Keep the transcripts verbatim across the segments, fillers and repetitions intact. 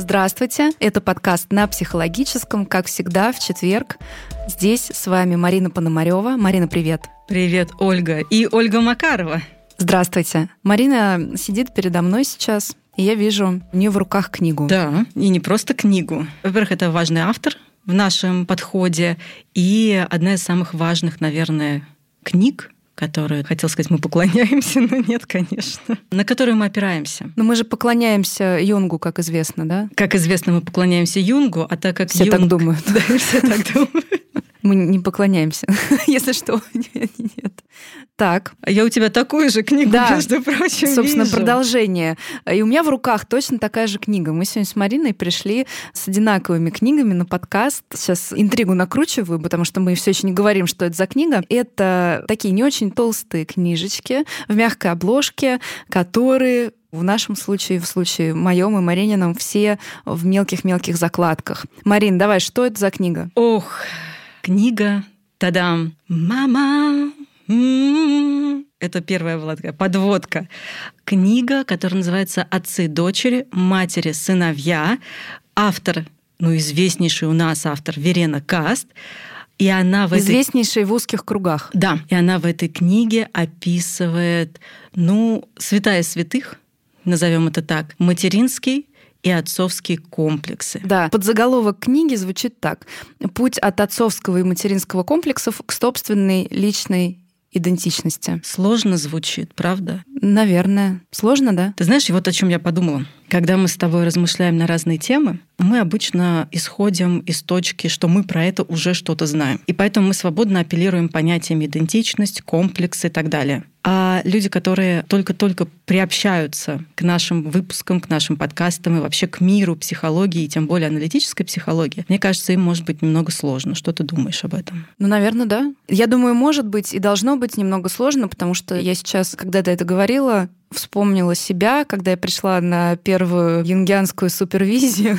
Здравствуйте, это подкаст «На психологическом», как всегда, в четверг. Здесь с вами Марина Пономарёва. Марина, привет. Привет, Ольга. И Ольга Макарова. Здравствуйте. Марина сидит передо мной сейчас, и я вижу у нее в руках книгу. Да, и не просто книгу. Во-первых, это важный автор в нашем подходе, и одна из самых важных, наверное, книг, которые, хотел сказать, мы поклоняемся, но нет, конечно, на которую мы опираемся. Но мы же поклоняемся Юнгу, как известно, да? Как известно, мы поклоняемся Юнгу, а так как все Юнг... так думают. Да, все так думают. Мы не поклоняемся, если что. Нет, нет. Так. А я у тебя такую же книгу, да, между прочим, собственно, вижу. Продолжение. И у меня в руках точно такая же книга. Мы сегодня с Мариной пришли с одинаковыми книгами на подкаст. Сейчас интригу накручиваю, потому что мы все еще не говорим, что это за книга. Это такие не очень толстые книжечки в мягкой обложке, которые... В нашем случае, в случае моем и Маринином, все в мелких-мелких закладках. Марин, давай, что это за книга? Ох, книга, тадам, мама. М-м-м. Это первая была такая подводка. Книга, которая называется «Отцы, дочери, матери, сыновья». Автор, ну, известнейший у нас автор Верена Каст. И она в Известнейшая этой... в узких кругах. Да, и она в этой книге описывает, ну, святая святых, назовем это так, материнский и отцовские комплексы. Да, подзаголовок книги звучит так: «Путь от отцовского и материнского комплексов к собственной личной идентичности». Сложно звучит, правда? Наверное. Сложно, да? Ты знаешь, вот о чем я подумала. Когда мы с тобой размышляем на разные темы, мы обычно исходим из точки, что мы про это уже что-то знаем. И поэтому мы свободно апеллируем понятиями идентичность, комплекс и так далее. А люди, которые только-только приобщаются к нашим выпускам, к нашим подкастам и вообще к миру психологии, и тем более аналитической психологии, мне кажется, им может быть немного сложно. Что ты думаешь об этом? Ну, наверное, да. Я думаю, может быть и должно быть немного сложно, потому что я сейчас, когда ты это говорила, вспомнила себя, когда я пришла на первую юнгианскую супервизию.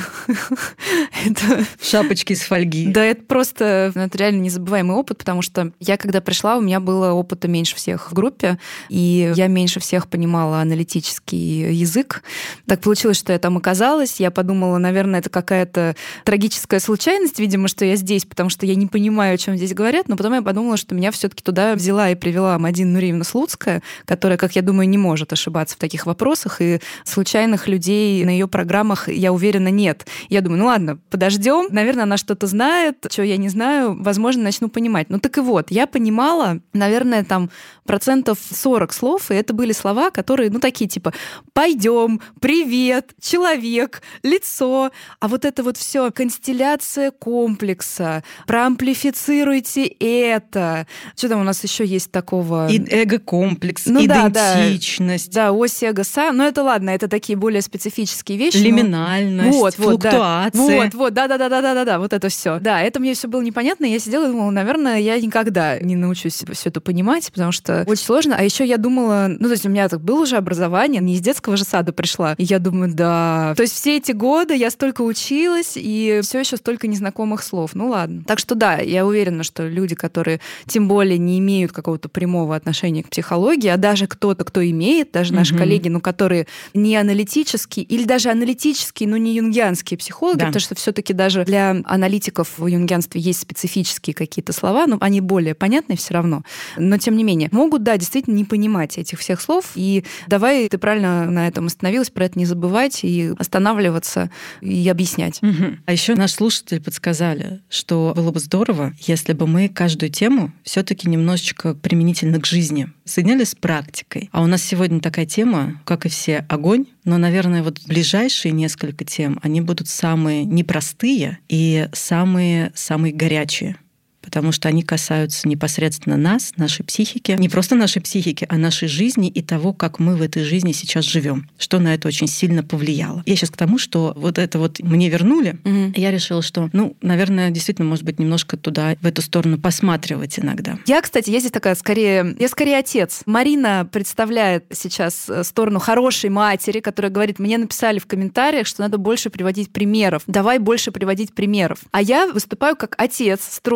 это... Шапочки из фольги. Да, это просто это реально незабываемый опыт, потому что я, когда пришла, у меня было опыта меньше всех в группе, и я меньше всех понимала аналитический язык. Так получилось, что я там оказалась. Я подумала, наверное, это какая-то трагическая случайность, видимо, что я здесь, потому что я не понимаю, о чем здесь говорят, но потом я подумала, что меня все-таки туда взяла и привела Мадина Нуриевна Слуцкая, которая, как я думаю, не может ошибаться ошибаться в таких вопросах, и случайных людей на ее программах, я уверена, нет. Я думаю, ну ладно, подождем, наверное, она что-то знает, что я не знаю, возможно, начну понимать. Ну так и вот, я понимала, наверное, там процентов сорок слов, и это были слова, которые, ну такие типа «пойдем», «привет», «человек», «лицо», а вот это вот все констелляция комплекса, проамплифицируйте это. Что там у нас еще есть такого? И эго-комплекс, ну, идентичность. Да, да, ось эго-са. Но это ладно, это такие более специфические вещи. Лиминальность, но... вот, вот, флуктуация. Да. Вот, вот, да-да-да-да-да-да, вот это все. Да, это мне все было непонятно, и я сидела и думала, наверное, я никогда не научусь все это понимать, потому что очень сложно. А еще я думала, ну, то есть у меня так было уже образование, не из детского же сада пришла. И я думаю, да. То есть все эти годы я столько училась, и все еще столько незнакомых слов. Ну ладно. Так что да, я уверена, что люди, которые тем более не имеют какого-то прямого отношения к психологии, а даже кто-то, кто имеет, даже наши mm-hmm. коллеги, ну, которые не аналитические, или даже аналитические, но не юнгианские психологи, да. потому что все-таки даже для аналитиков в юнгианстве есть специфические какие-то слова, но они более понятные все равно. Но тем не менее, могут, да, действительно не понимать этих всех слов. И давай, ты правильно на этом остановилась, про это не забывать и останавливаться и объяснять. Mm-hmm. А еще наши слушатели подсказали, что было бы здорово, если бы мы каждую тему все-таки немножечко применительно к жизни соединяли с практикой. А у нас сегодня такая тема, как и все, огонь. Но, наверное, вот ближайшие несколько тем, они будут самые непростые и самые-самые горячие. Потому что они касаются непосредственно нас, нашей психики. Не просто нашей психики, а нашей жизни и того, как мы в этой жизни сейчас живем, что на это очень сильно повлияло. Я сейчас к тому, что вот это вот мне вернули, mm-hmm. я решила, что, ну, наверное, действительно, может быть, немножко туда, в эту сторону посматривать иногда. Я, кстати, я здесь такая, скорее, я скорее отец. Марина представляет сейчас сторону хорошей матери, которая говорит, мне написали в комментариях, что надо больше приводить примеров. Давай больше приводить примеров. А я выступаю как отец строгий, который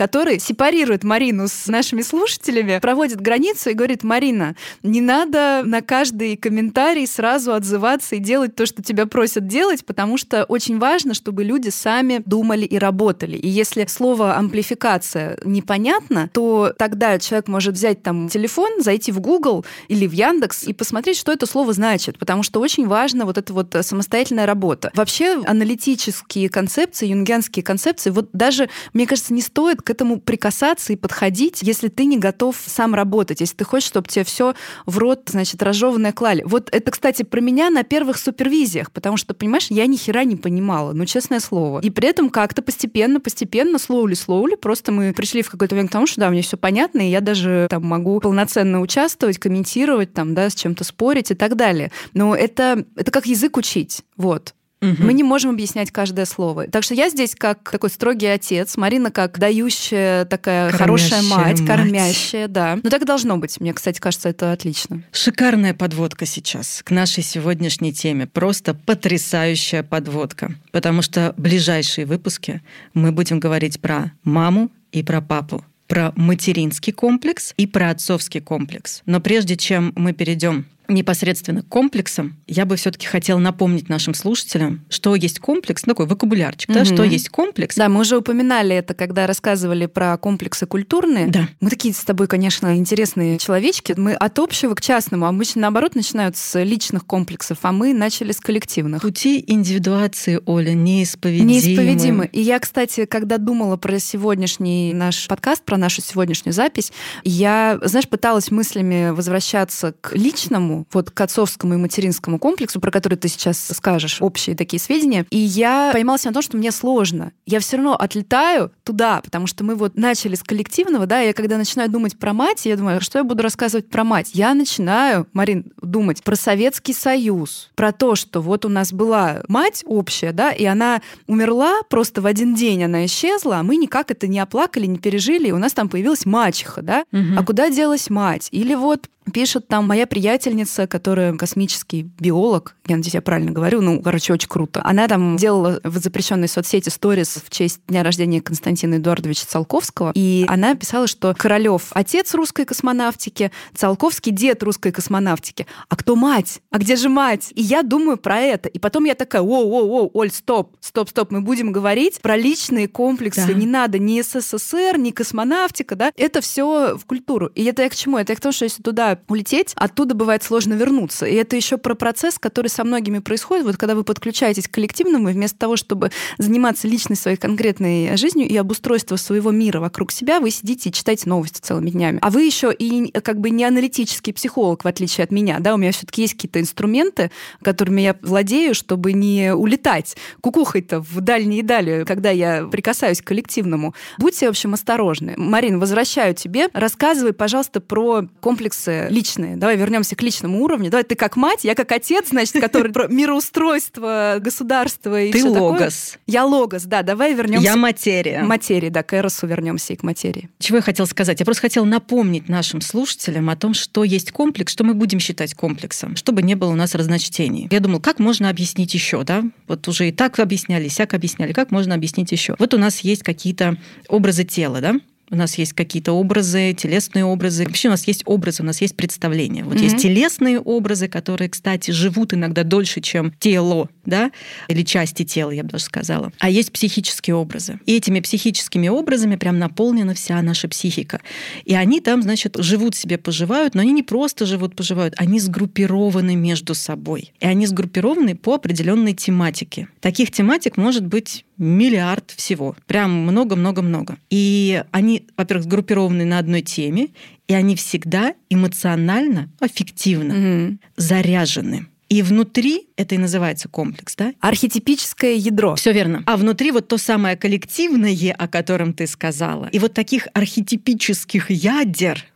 который сепарирует Марину с нашими слушателями, проводит границу и говорит: Марина, не надо на каждый комментарий сразу отзываться и делать то, что тебя просят делать, потому что очень важно, чтобы люди сами думали и работали. И если слово амплификация непонятно, то тогда человек может взять там телефон, зайти в Google или в Яндекс и посмотреть, что это слово значит, потому что очень важно вот эта вот самостоятельная работа. Вообще аналитические концепции, юнгианские концепции, вот даже, мне кажется, не стоит к этому прикасаться и подходить, если ты не готов сам работать, если ты хочешь, чтобы тебе все в рот, значит, разжеванное клали. Вот это, кстати, про меня на первых супервизиях, потому что, понимаешь, я ни хера не понимала, ну, честное слово. И при этом как-то постепенно, постепенно, слоули-слоули, просто мы пришли в какой-то момент к тому, что да, мне все понятно, и я даже там могу полноценно участвовать, комментировать, там, да, с чем-то спорить и так далее. Но это, это как язык учить, вот. Угу. Мы не можем объяснять каждое слово. Так что я здесь как такой строгий отец, Марина как дающая такая кормящая хорошая мать, мать, кормящая, да. Но так должно быть. Мне, кстати, кажется, это отлично. Шикарная подводка сейчас к нашей сегодняшней теме. Просто потрясающая подводка. Потому что в ближайшие выпуски мы будем говорить про маму и про папу, про материнский комплекс и про отцовский комплекс. Но прежде чем мы перейдем непосредственно к комплексам, я бы все-таки хотела напомнить нашим слушателям, что есть комплекс, такой вокабулярчик, угу. да, что есть комплекс. Да, мы уже упоминали это, когда рассказывали про комплексы культурные. Да. Мы такие с тобой, конечно, интересные человечки. Мы от общего к частному. Обычно, наоборот, начинают с личных комплексов, а мы начали с коллективных. Пути индивидуации, Оля, неисповедимы. Неисповедимы. И я, кстати, когда думала про сегодняшний наш подкаст, про нашу сегодняшнюю запись, я, знаешь, пыталась мыслями возвращаться к личному, вот к отцовскому и материнскому комплексу, про который ты сейчас скажешь, общие такие сведения. И я поймалась на том, что мне сложно. Я все равно отлетаю туда, потому что мы вот начали с коллективного, да, и я когда начинаю думать про мать, я думаю, что я буду рассказывать про мать? Я начинаю, Марин, думать про Советский Союз, про то, что вот у нас была мать общая, да, и она умерла, просто в один день она исчезла, а мы никак это не оплакали, не пережили, и у нас там появилась мачеха, да? Угу. А куда делась мать? Или вот пишет там моя приятельница, которая космический биолог, я надеюсь, я правильно говорю, ну, короче, очень круто. Она там делала в запрещенной соцсети сторис в честь дня рождения Константина Эдуардовича Циолковского, и она писала, что Королёв отец русской космонавтики, Циолковский дед русской космонавтики. А кто мать? А где же мать? И я думаю про это. И потом я такая: воу-воу-воу, Оль, стоп, стоп, стоп, мы будем говорить про личные комплексы. Да. Не надо ни СССР, ни космонавтика, да? Это все в культуру. И это я к чему? Это я к тому, что если туда улететь, оттуда бывает сложно вернуться. И это еще про процесс, который со многими происходит. Вот когда вы подключаетесь к коллективному, и вместо того, чтобы заниматься личной своей конкретной жизнью и обустройством своего мира вокруг себя, вы сидите и читаете новости целыми днями. А вы еще и как бы не аналитический психолог, в отличие от меня. Да? У меня все-таки есть какие-то инструменты, которыми я владею, чтобы не улетать кукухой-то в дальние дали, когда я прикасаюсь к коллективному. Будьте, в общем, осторожны. Марин, возвращаю тебе. Рассказывай, пожалуйста, про комплексы личные. Давай вернемся к личному уровню. Давай ты как мать, я как отец, значит, который про мироустройство государства и ты все такое. Ты логос. Я логос, да. Давай вернемся. Я материя. Материи, да, к Эросу вернемся и к материи. Чего я хотела сказать? Я просто хотела напомнить нашим слушателям о том, что есть комплекс, что мы будем считать комплексом, чтобы не было у нас разночтений. Я думала, как можно объяснить еще, да? Вот уже и так объясняли, и сяк объясняли, как можно объяснить еще? Вот у нас есть какие-то образы тела, да? У нас есть какие-то образы, телесные образы. Вообще у нас есть образы, у нас есть представления. Вот mm-hmm. есть телесные образы, которые, кстати, живут иногда дольше, чем тело, да, или части тела, я бы даже сказала. А есть психические образы. И этими психическими образами прям наполнена вся наша психика. И они там, значит, живут себе, поживают, но они не просто живут, поживают, они сгруппированы между собой. И они сгруппированы по определенной тематике. Таких тематик может быть миллиард всего. Прям много-много-много. И они, во-первых, сгруппированы на одной теме, и они всегда эмоционально, аффективно mm-hmm. заряжены. И внутри, это и называется комплекс, да? Архетипическое ядро. Все верно. А внутри вот то самое коллективное, о котором ты сказала. И вот таких архетипических ядер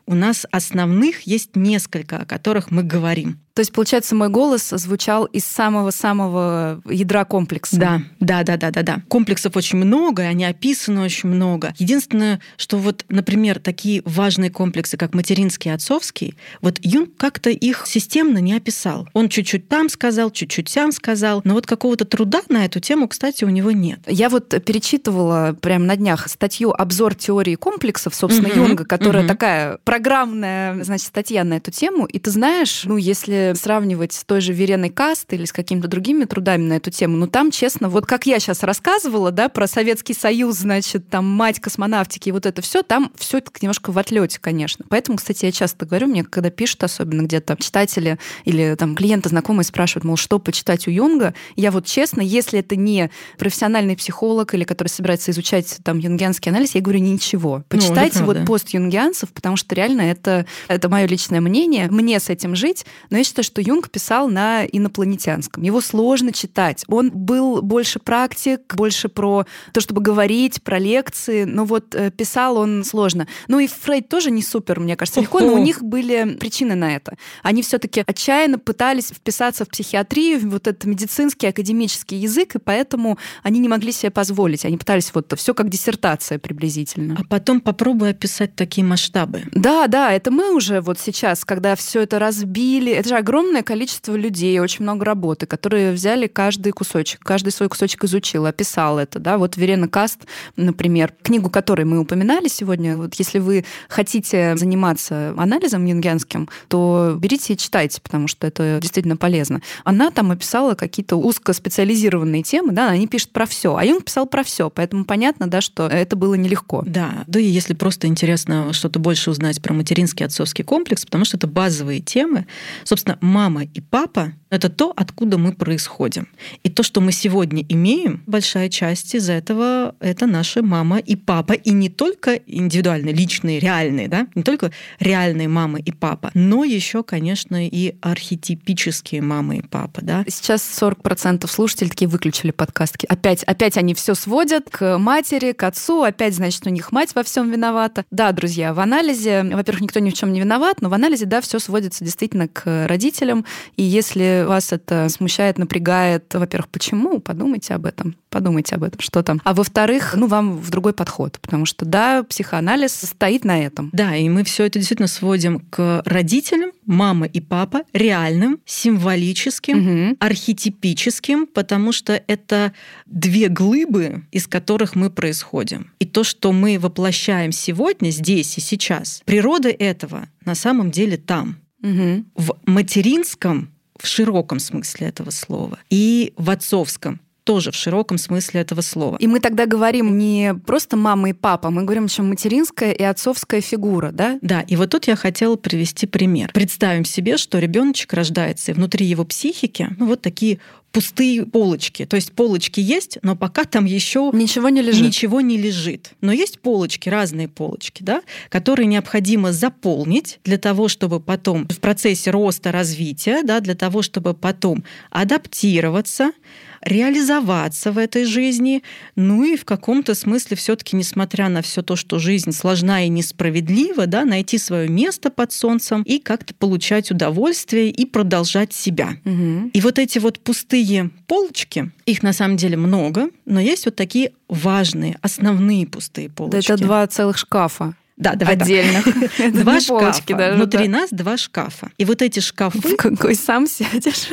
у нас основных есть несколько, о которых мы говорим. То есть, получается, мой голос звучал из самого-самого ядра комплекса. Да, да, да, да, да, да. Комплексов очень много, и они описаны очень много. Единственное, что вот, например, такие важные комплексы, как материнский и отцовский, вот Юнг как-то их системно не описал. Он чуть-чуть там сказал, чуть-чуть сям сказал, но вот какого-то труда на эту тему, кстати, у него нет. Я вот перечитывала прямо на днях статью «Обзор теории комплексов», собственно, угу, Юнга, которая угу. такая программная, значит, статья на эту тему. И ты знаешь, ну, если сравнивать с той же Вереной Каст или с какими-то другими трудами на эту тему, ну там, честно, вот как я сейчас рассказывала, да, про Советский Союз, значит, там мать космонавтики и вот это все, там все это немножко в отлете, конечно. Поэтому, кстати, я часто говорю, мне когда пишут, особенно где-то читатели или там клиенты, знакомые спрашивают, мол, что почитать у Юнга, я вот честно, если это не профессиональный психолог или который собирается изучать там юнгианский анализ, я говорю, ничего. Почитайте ну, вот пост-юнгианцев, потому что реально это, это мое личное мнение, мне с этим жить, но я считаю, что Юнг писал на инопланетянском. Его сложно читать. Он был больше практик, больше про то, чтобы говорить, про лекции, но вот писал он сложно. Ну и Фрейд тоже не супер, мне кажется, легко, но у них были причины на это. Они все-таки отчаянно пытались вписаться в психиатрию, в вот этот медицинский, академический язык, и поэтому они не могли себе позволить. Они пытались вот все как диссертация приблизительно. А потом попробуй описать такие масштабы. Да, да, это мы уже вот сейчас, когда все это разбили, это же огромное количество людей, очень много работы, которые взяли каждый кусочек, каждый свой кусочек изучил, описал это. Да? Вот Верена Каст, например, книгу которой мы упоминали сегодня, вот если вы хотите заниматься анализом юнгианским, то берите и читайте, потому что это действительно полезно. Она там описала какие-то узкоспециализированные темы, да, они пишут про все, а Юнг писал про все, поэтому понятно, да, что это было нелегко. Да, да и если просто интересно что-то больше узнать про материнский и отцовский комплекс, потому что это базовые темы, собственно, мама и папа — это то, откуда мы происходим. И то, что мы сегодня имеем, большая часть из этого — это наши мама и папа. И не только индивидуальные, личные, реальные, да? Не только реальные мамы и папа, но еще, конечно, и архетипические мамы и папа. Да? Сейчас сорок процентов слушателей такие выключили подкастки. Опять, опять они все сводят к матери, к отцу. Опять, значит, у них мать во всем виновата. Да, друзья, в анализе, во-первых, никто ни в чем не виноват, но в анализе, да, все сводится действительно к родителям. И если вас это смущает, напрягает, во-первых, почему? Подумайте об этом. Подумайте об этом, что там. А во-вторых, ну, вам в другой подход, потому что, да, психоанализ стоит на этом. Да, и мы все это действительно сводим к родителям, мама и папа, реальным, символическим, угу. архетипическим, потому что это две глыбы, из которых мы происходим. И то, что мы воплощаем сегодня, здесь и сейчас, природа этого на самом деле там. Угу. В материнском, в широком смысле этого слова, и в отцовском, тоже в широком смысле этого слова. И мы тогда говорим не просто мама и папа, мы говорим еще материнская и отцовская фигура, да? Да, и вот тут я хотела привести пример. Представим себе, что ребеночек рождается, и внутри его психики ну, вот такие пустые полочки. То есть полочки есть, но пока там еще ничего не лежит. Ничего не лежит. Но есть полочки, разные полочки, да, которые необходимо заполнить для того, чтобы потом в процессе роста, развития, да, для того, чтобы потом адаптироваться, реализоваться в этой жизни, ну и в каком-то смысле все-таки, несмотря на все то, что жизнь сложна и несправедлива, да, найти свое место под солнцем и как-то получать удовольствие и продолжать себя. Угу. И вот эти вот пустые полочки, их на самом деле много, но есть вот такие важные, основные пустые полочки. Да это два целых шкафа. Да, давай отдельных. Два шкафа. Внутри нас два шкафа. И вот эти шкафы... В какой сам сядешь?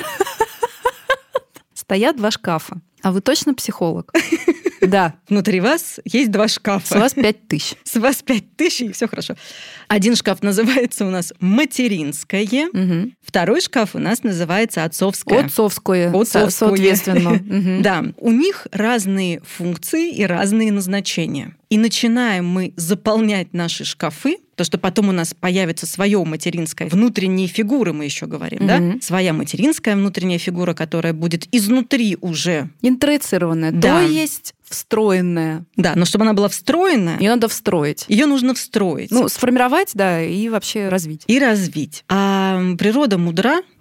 Стоят два шкафа. А вы точно психолог? Да. Внутри вас есть два шкафа. С вас пять тысяч. С вас пять тысяч, и все хорошо. Один шкаф называется у нас материнское, угу. Второй шкаф у нас называется отцовское. Отцовское, Отцовское. Соответственно. Угу. Да. У них разные функции и разные назначения. И начинаем мы заполнять наши шкафы, то, что потом у нас появится свое материнское, внутренние фигуры, мы еще говорим, mm-hmm. да? Своя материнская внутренняя фигура, которая будет изнутри уже... Интроицированная, да. То есть встроенная. Да, но чтобы она была встроенная... Ее надо встроить. Ее нужно встроить. Ну, сформировать, да, и вообще развить. И развить. А природа мудра,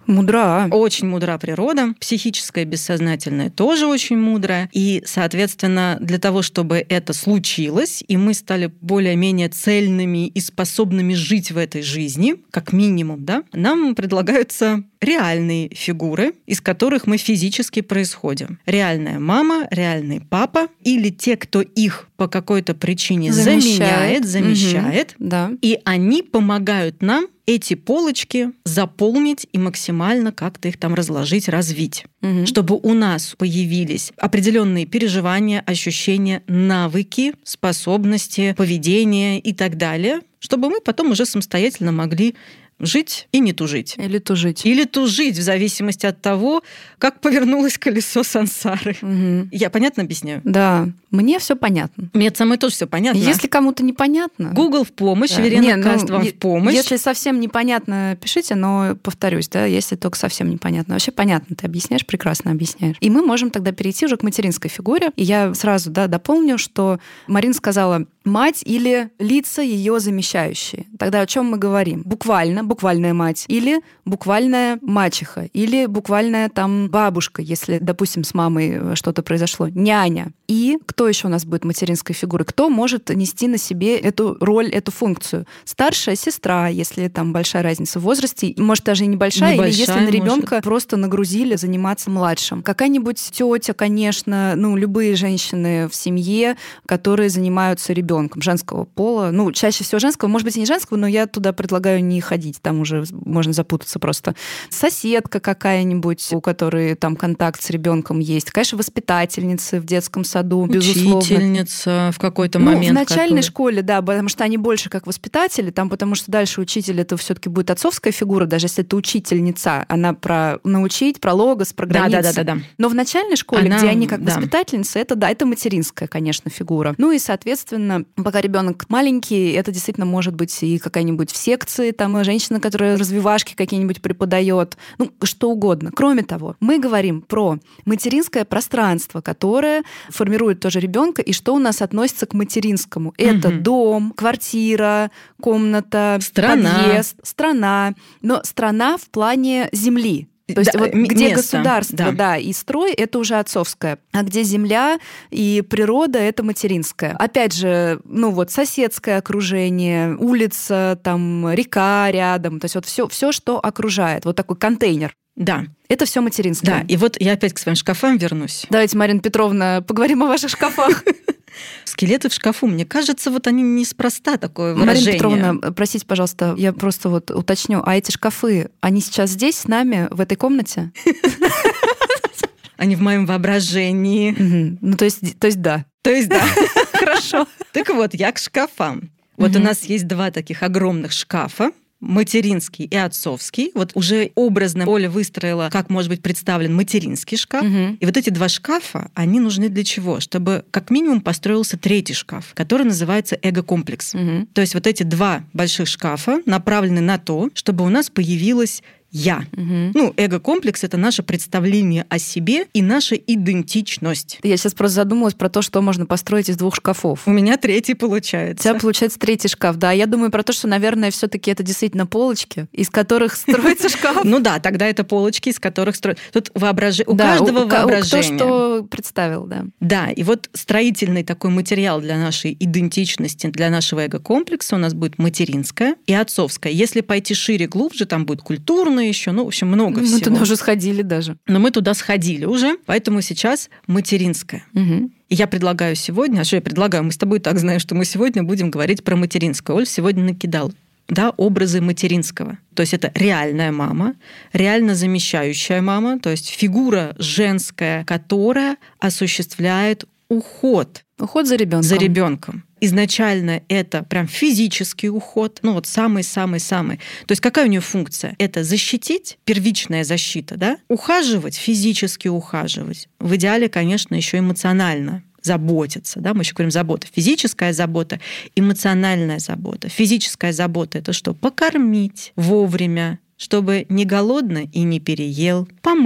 Мудра. Очень мудра природа. Психическая, бессознательная тоже очень мудрая. И, соответственно, для того, чтобы это случилось, и мы стали более-менее цельными и способными жить в этой жизни, как минимум, да, нам предлагаются реальные фигуры, из которых мы физически происходим. Реальная мама, реальный папа или те, кто их по какой-то причине Замещает. заменяет, замещает. Угу. Да. И они помогают нам эти полочки заполнить и максимально как-то их там разложить, развить. Угу. Чтобы у нас появились определенные переживания, ощущения, навыки, способности, поведение и так далее, чтобы мы потом уже самостоятельно могли жить и не тужить. Или тужить. Или тужить, в зависимости от того, как повернулось колесо сансары. Угу. Я понятно объясняю? Да, мне все понятно. Мне самой тоже все понятно. Если кому-то непонятно... Google в помощь, да. Верена Каст ну, вам в помощь. Если совсем непонятно, пишите, но повторюсь, да, если только совсем непонятно. Вообще понятно, ты объясняешь, прекрасно объясняешь. И мы можем тогда перейти уже к материнской фигуре. И я сразу, да, дополню, что Марина сказала мать или лица ее замещающие. Тогда о чем мы говорим? Буквально, буквальная мать, или буквальная мачеха, или буквальная там бабушка, если, допустим, с мамой что-то произошло, няня. И кто еще у нас будет материнской фигурой? Кто может нести на себе эту роль, эту функцию? Старшая сестра, если там большая разница в возрасте, может, даже и небольшая, небольшая или если на ребенка просто нагрузили заниматься младшим. Какая-нибудь тетя, конечно, ну, любые женщины в семье, которые занимаются ребенком женского пола, ну, чаще всего женского, может быть, и не женского, но я туда предлагаю не ходить, там уже можно запутаться просто. Соседка какая-нибудь, у которой там контакт с ребенком есть. Конечно, воспитательницы в детском саду, безусловно. Учительница в какой-то ну, момент. в начальной который... школе, да, потому что они больше как воспитатели, там, потому что дальше учитель это все-таки будет отцовская фигура, даже если это учительница, она про научить, про логос, про границы. Да, да, да, да, да. Но в начальной школе, она, где они как да. воспитательницы, это да, это материнская, конечно, фигура. Ну и, соответственно, пока ребенок маленький, это действительно может быть и какая-нибудь в секции, там женщина, которая развивашки какие-нибудь преподает, ну, что угодно. Кроме того, мы говорим про материнское пространство, которое формирует тоже ребенка, и что у нас относится к материнскому. Это угу. дом, квартира, комната, страна. подъезд, страна. Но страна в плане земли. То есть да, вот где место, государство, да. да, и строй, это уже отцовское, а где земля и природа, это материнское. Опять же, ну вот соседское окружение, улица, там река рядом, то есть вот все, все, что окружает, вот такой контейнер. Да. Это все материнское. Да, и вот я опять к своим шкафам вернусь. Давайте, Марина Петровна, поговорим о ваших шкафах. Скелеты в шкафу, мне кажется, вот они неспроста такое выражение. Марина Петровна, простите, пожалуйста, я просто вот уточню, а эти шкафы, они сейчас здесь с нами, в этой комнате? Они в моем воображении. Ну, то есть, то есть да. То есть да. Хорошо. Так вот, я к шкафам. Вот у нас есть два таких огромных шкафа, материнский и отцовский. Вот уже образно Оля выстроила, как может быть представлен материнский шкаф. Угу. И вот эти два шкафа, они нужны для чего? Чтобы как минимум построился третий шкаф, который называется эго-комплекс. Угу. То есть вот эти два больших шкафа направлены на то, чтобы у нас появилось «я». Угу. Ну, эго-комплекс — это наше представление о себе и наша идентичность. Я сейчас просто задумалась про то, что можно построить из двух шкафов. У меня третий получается. У тебя получается третий шкаф, да. Я думаю про то, что, наверное, все-таки это действительно полочки, из которых строится шкаф. Ну да, тогда это полочки, из которых строят. Тут воображение. У каждого воображение. Кто что представил, да. Да, и вот строительный такой материал для нашей идентичности, для нашего эго-комплекса у нас будет материнское и отцовское. Если пойти шире, глубже, там будет культурное еще, ну, в общем, много мы всего. Мы туда уже сходили даже. Но мы туда сходили уже, поэтому сейчас материнское. Угу. И я предлагаю сегодня, а что я предлагаю? Мы с тобой так знаем, что мы сегодня будем говорить про материнское. Оль сегодня накидал, да, образы материнского. То есть это реальная мама, реально замещающая мама, то есть фигура женская, которая осуществляет уход. Уход за ребенком. За ребенком. Изначально это прям физический уход, ну вот самый-самый-самый. То есть какая у нее функция? Это защитить, первичная защита, да? Ухаживать, физически ухаживать. В идеале, конечно, еще эмоционально заботиться, да? Мы еще говорим забота. Физическая забота, эмоциональная забота. Физическая забота — это что? Покормить вовремя, чтобы не голодно и не переел, помыть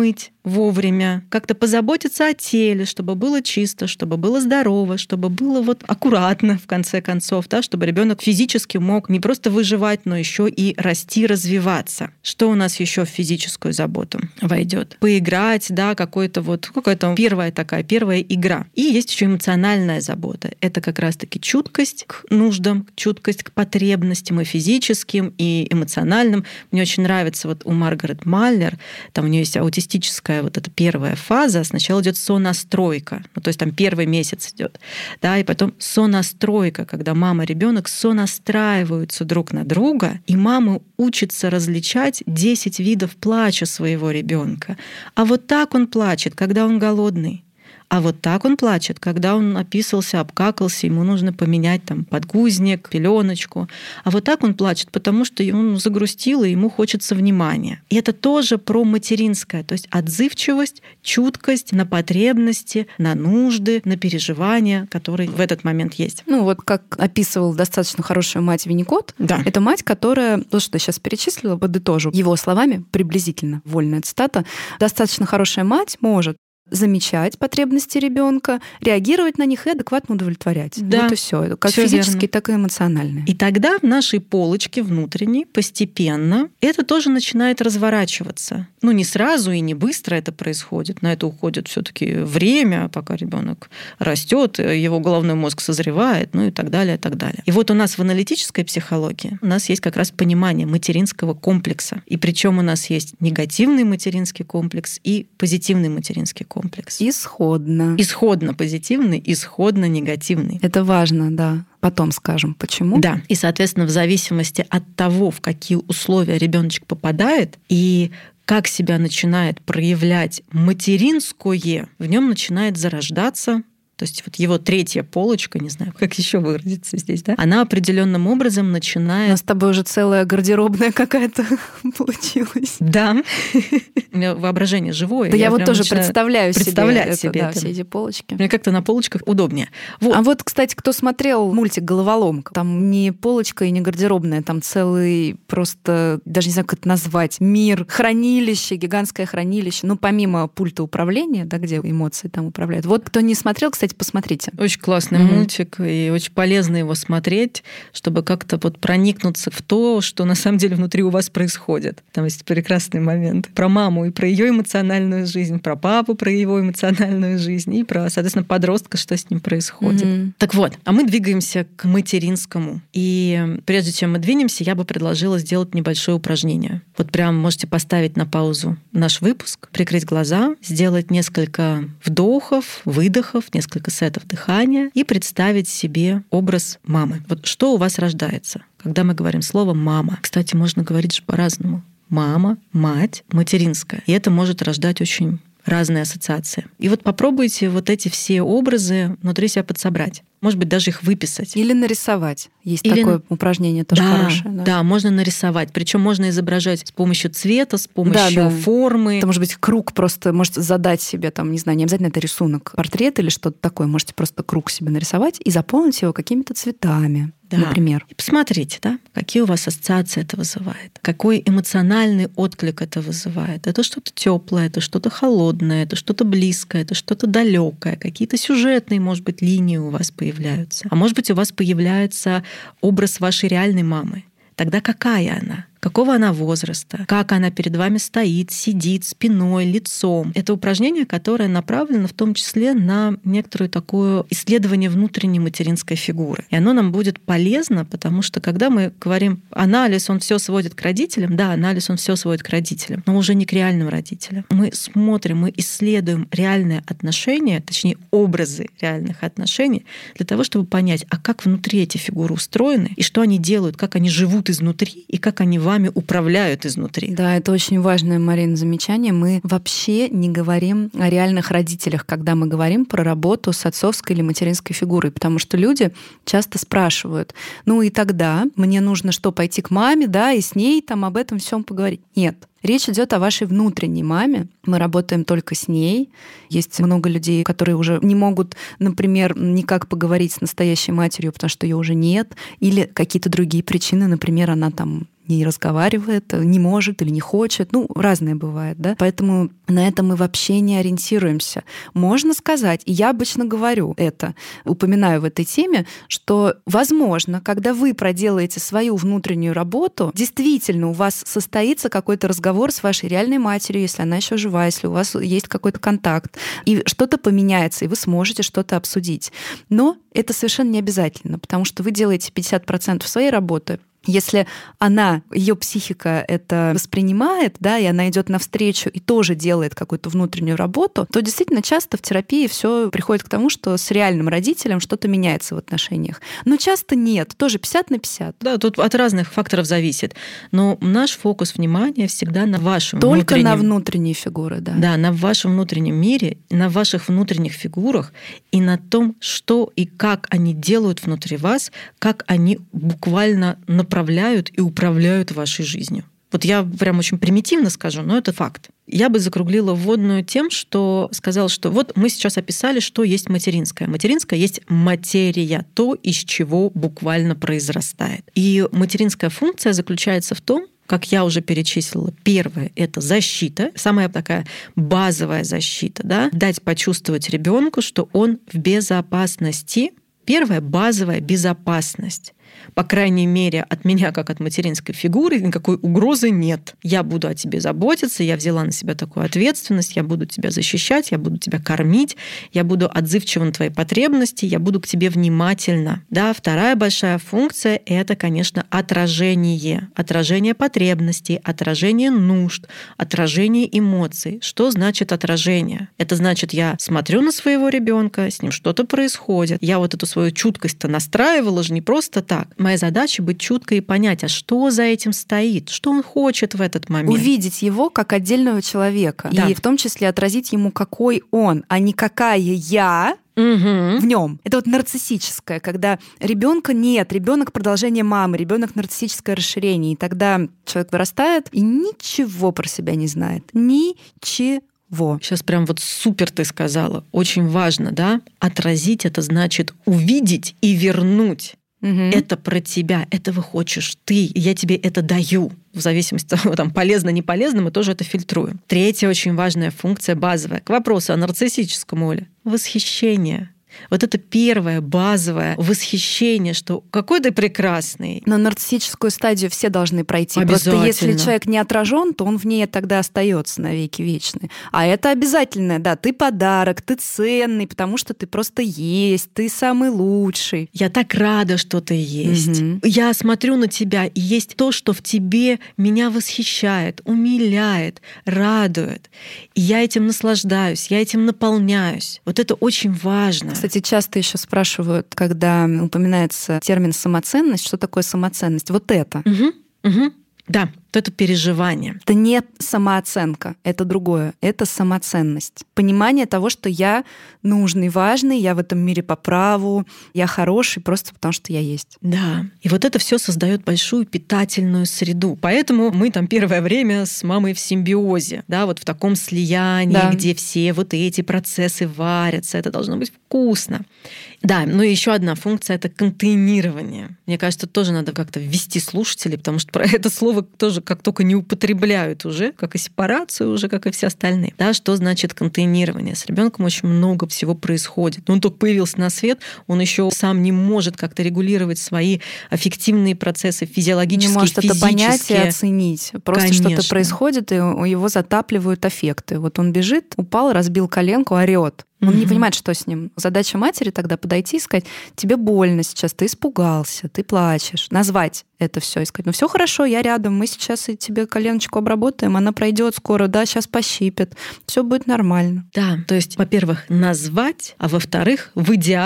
вовремя, как-то позаботиться о теле, чтобы было чисто, чтобы было здорово, чтобы было вот аккуратно, в конце концов, да, чтобы ребенок физически мог не просто выживать, но еще и расти, развиваться. Что у нас еще в физическую заботу войдет? Поиграть, да, какой-то вот какая-то первая такая, первая игра. И есть еще эмоциональная забота. Это как раз-таки чуткость к нуждам, чуткость к потребностям и физическим, и эмоциональным. Мне очень нравится вот у Маргарет Маллер, там у нее есть аутистическая вот эта первая фаза, сначала идет сонастройка, ну, то есть там первый месяц идет, да, и потом сонастройка, когда мама и ребенок сонастраиваются друг на друга, и мама учится различать десять видов плача своего ребенка. А вот так он плачет, когда он голодный. А вот так он плачет, когда он описался, обкакался, ему нужно поменять там подгузник, пеленочку. А вот так он плачет, потому что ему загрустило, и ему хочется внимания. И это тоже про материнское, то есть отзывчивость, чуткость на потребности, на нужды, на переживания, которые в этот момент есть. Ну вот как описывал достаточно хорошую мать Винникот, да. Это мать, которая, то, что я сейчас перечислила, подытожу его словами, приблизительно, вольная цитата, достаточно хорошая мать может замечать потребности ребенка, реагировать на них и адекватно удовлетворять. Да, вот и все, как всё физически, верно. Так и эмоционально. И тогда в нашей полочке внутренней постепенно это тоже начинает разворачиваться. Ну, не сразу и не быстро это происходит. На это уходит все-таки время, пока ребенок растет, его головной мозг созревает, ну и так далее, и так далее. И вот у нас в аналитической психологии у нас есть как раз понимание материнского комплекса. И причем у нас есть негативный материнский комплекс и позитивный материнский комплекс. комплекс. Исходно. Исходно позитивный, исходно негативный. Это важно, да. Потом скажем, почему. Да. И, соответственно, в зависимости от того, в какие условия ребеночек попадает и как себя начинает проявлять материнское, в нем начинает зарождаться. То есть вот его третья полочка, не знаю, как еще выразиться здесь, да, она определенным образом начинает... У нас с тобой уже целая гардеробная какая-то получилась. Да. У меня воображение живое. Да я, я вот тоже представляю себе, представлять это, себе да, это. все эти полочки. Мне как-то на полочках удобнее. Вот. А вот, кстати, кто смотрел мультик «Головоломка», там не полочка и не гардеробная, там целый просто, даже не знаю, как это назвать, мир, хранилище, гигантское хранилище. Ну, помимо пульта управления, да, где эмоции там управляют. Вот кто не смотрел, кстати, посмотрите. Очень классный mm-hmm. мультик, и очень полезно его смотреть, чтобы как-то вот проникнуться в то, что на самом деле внутри у вас происходит. Там есть прекрасный момент про маму и про ее эмоциональную жизнь, про папу, про его эмоциональную жизнь, и про, соответственно, подростка, что с ним происходит. Mm-hmm. Так вот, а мы двигаемся к материнскому. И прежде чем мы двинемся, я бы предложила сделать небольшое упражнение. Вот прям можете поставить на паузу наш выпуск, прикрыть глаза, сделать несколько вдохов, выдохов, несколько несколько сетов дыхания и представить себе образ мамы. Вот что у вас рождается, когда мы говорим слово «мама». Кстати, можно говорить же по-разному. Мама, мать, материнская. И это может рождать очень разные ассоциации. И вот попробуйте вот эти все образы внутри себя подсобрать. Может быть, даже их выписать. Или нарисовать. Есть Или... такое упражнение тоже да, хорошее. Да. да, можно нарисовать. Причем можно изображать с помощью цвета, с помощью да, да. формы. Это может быть круг, просто можете задать себе, там, не знаю, не обязательно это рисунок, портрет или что-то такое. Можете просто круг себе нарисовать и заполнить его какими-то цветами. Да. Например. И посмотрите, да, какие у вас ассоциации это вызывает, какой эмоциональный отклик это вызывает. Это что-то теплое, это что-то холодное, это что-то близкое, это что-то далекое, какие-то сюжетные, может быть, линии у вас появляются. А может быть, у вас появляется образ вашей реальной мамы. Тогда какая она? Какого она возраста? Как она перед вами стоит, сидит, спиной, лицом? Это упражнение, которое направлено в том числе на некоторое такое исследование внутренней материнской фигуры. И оно нам будет полезно, потому что когда мы говорим анализ, он все сводит к родителям, да, анализ, он все сводит к родителям, но уже не к реальным родителям. Мы смотрим, мы исследуем реальные отношения, точнее, образы реальных отношений для того, чтобы понять, а как внутри эти фигуры устроены, и что они делают, как они живут изнутри, и как они вами управляют изнутри. Да, это очень важное, Марина, замечание. Мы вообще не говорим о реальных родителях, когда мы говорим про работу с отцовской или материнской фигурой, потому что люди часто спрашивают, ну и тогда мне нужно что, пойти к маме, да, и с ней там об этом всем поговорить? Нет. Речь идет о вашей внутренней маме. Мы работаем только с ней. Есть много людей, которые уже не могут, например, никак поговорить с настоящей матерью, потому что ее уже нет, или какие-то другие причины, например, она там не разговаривает, не может или не хочет. Ну, разное бывает, да? Поэтому на это мы вообще не ориентируемся. Можно сказать, и я обычно говорю это, упоминаю в этой теме, что, возможно, когда вы проделаете свою внутреннюю работу, действительно у вас состоится какой-то разговор с вашей реальной матерью, если она еще жива, если у вас есть какой-то контакт, и что-то поменяется, и вы сможете что-то обсудить. Но это совершенно не обязательно, потому что вы делаете пятьдесят процентов своей работы. Если она, ее психика это воспринимает, да, и она идет навстречу и тоже делает какую-то внутреннюю работу, то действительно часто в терапии все приходит к тому, что с реальным родителем что-то меняется в отношениях. Но часто нет, тоже пятьдесят на пятьдесят. Да, тут от разных факторов зависит. Но наш фокус внимания всегда на вашем Только внутреннем... на внутренние фигуры, да. Да, на вашем внутреннем мире, на ваших внутренних фигурах и на том, что и как они делают внутри вас, как они буквально направляют управляют и управляют вашей жизнью. Вот я прям очень примитивно скажу, но это факт. Я бы закруглила вводную тем, что сказала, что вот мы сейчас описали, что есть материнское. Материнское есть материя, то, из чего буквально произрастает. И материнская функция заключается в том, как я уже перечислила, первое — это защита, самая такая базовая защита, да? Дать почувствовать ребенку, что он в безопасности. Первая базовая безопасность. По крайней мере, от меня, как от материнской фигуры, никакой угрозы нет. Я буду о тебе заботиться, я взяла на себя такую ответственность, я буду тебя защищать, я буду тебя кормить, я буду отзывчива на твои потребности, я буду к тебе внимательна. Да, вторая большая функция — это, конечно, отражение. Отражение потребностей, отражение нужд, отражение эмоций. Что значит отражение? Это значит, я смотрю на своего ребенка, с ним что-то происходит. Я вот эту свою чуткость-то настраивала же не просто так. Моя задача — быть чуткой и понять, а что за этим стоит, что он хочет в этот момент. Увидеть его как отдельного человека. Да. И в том числе отразить ему, какой он, а не какая я угу. в нем. Это вот нарциссическое, когда ребенка нет, ребенок продолжение мамы, ребенок нарциссическое расширение. И тогда человек вырастает и ничего про себя не знает. Ничего. Во. Сейчас прям вот супер ты сказала. Очень важно, да? Отразить — это значит увидеть и вернуть. Угу. Это про тебя, этого хочешь ты, и я тебе это даю. В зависимости от того, там, полезно, не полезно, мы тоже это фильтруем. Третья очень важная функция, базовая. К вопросу о нарциссическом, Оля. Восхищение. Вот это первое базовое восхищение, что какой ты прекрасный. Но нарциссическую стадию все должны пройти. Просто если человек не отражен, то он в ней тогда остается навеки вечный. А это обязательно, да, ты подарок, ты ценный, потому что ты просто есть, ты самый лучший. Я так рада, что ты есть. Угу. Я смотрю на тебя, и есть то, что в тебе меня восхищает, умиляет, радует. И я этим наслаждаюсь, я этим наполняюсь. Вот это очень важно. Кстати, часто еще спрашивают, когда упоминается термин самоценность, что такое самоценность? Вот это. Угу, угу. Да, то это переживание. Это не самооценка, это другое. Это самоценность. Понимание того, что я нужный, важный, я в этом мире по праву, я хороший просто потому, что я есть. Да. И вот это все создает большую питательную среду. Поэтому мы там первое время с мамой в симбиозе, да, вот в таком слиянии, да. где все вот эти процессы варятся. Это должно быть вкусно. Да, ну и еще одна функция — это контейнирование. Мне кажется, тоже надо как-то ввести слушателей, потому что про это слово тоже как только не употребляют уже, как и сепарацию уже, как и все остальные. Да, что значит контейнирование? С ребенком очень много всего происходит. Но он только появился на свет, он еще сам не может как-то регулировать свои аффективные процессы, физиологические, не может физические. Это понять и оценить. Просто Конечно. Что-то происходит, и его затапливают аффекты. Вот он бежит, упал, разбил коленку, орет. Он mm-hmm. не понимает, что с ним. Задача матери тогда подойти и сказать: тебе больно сейчас, ты испугался, ты плачешь. Назвать это все и сказать: ну все хорошо, я рядом, мы сейчас и тебе коленочку обработаем, она пройдет скоро, да, сейчас пощипет, все будет нормально. Да, то есть, во-первых, назвать, а во-вторых, в идеале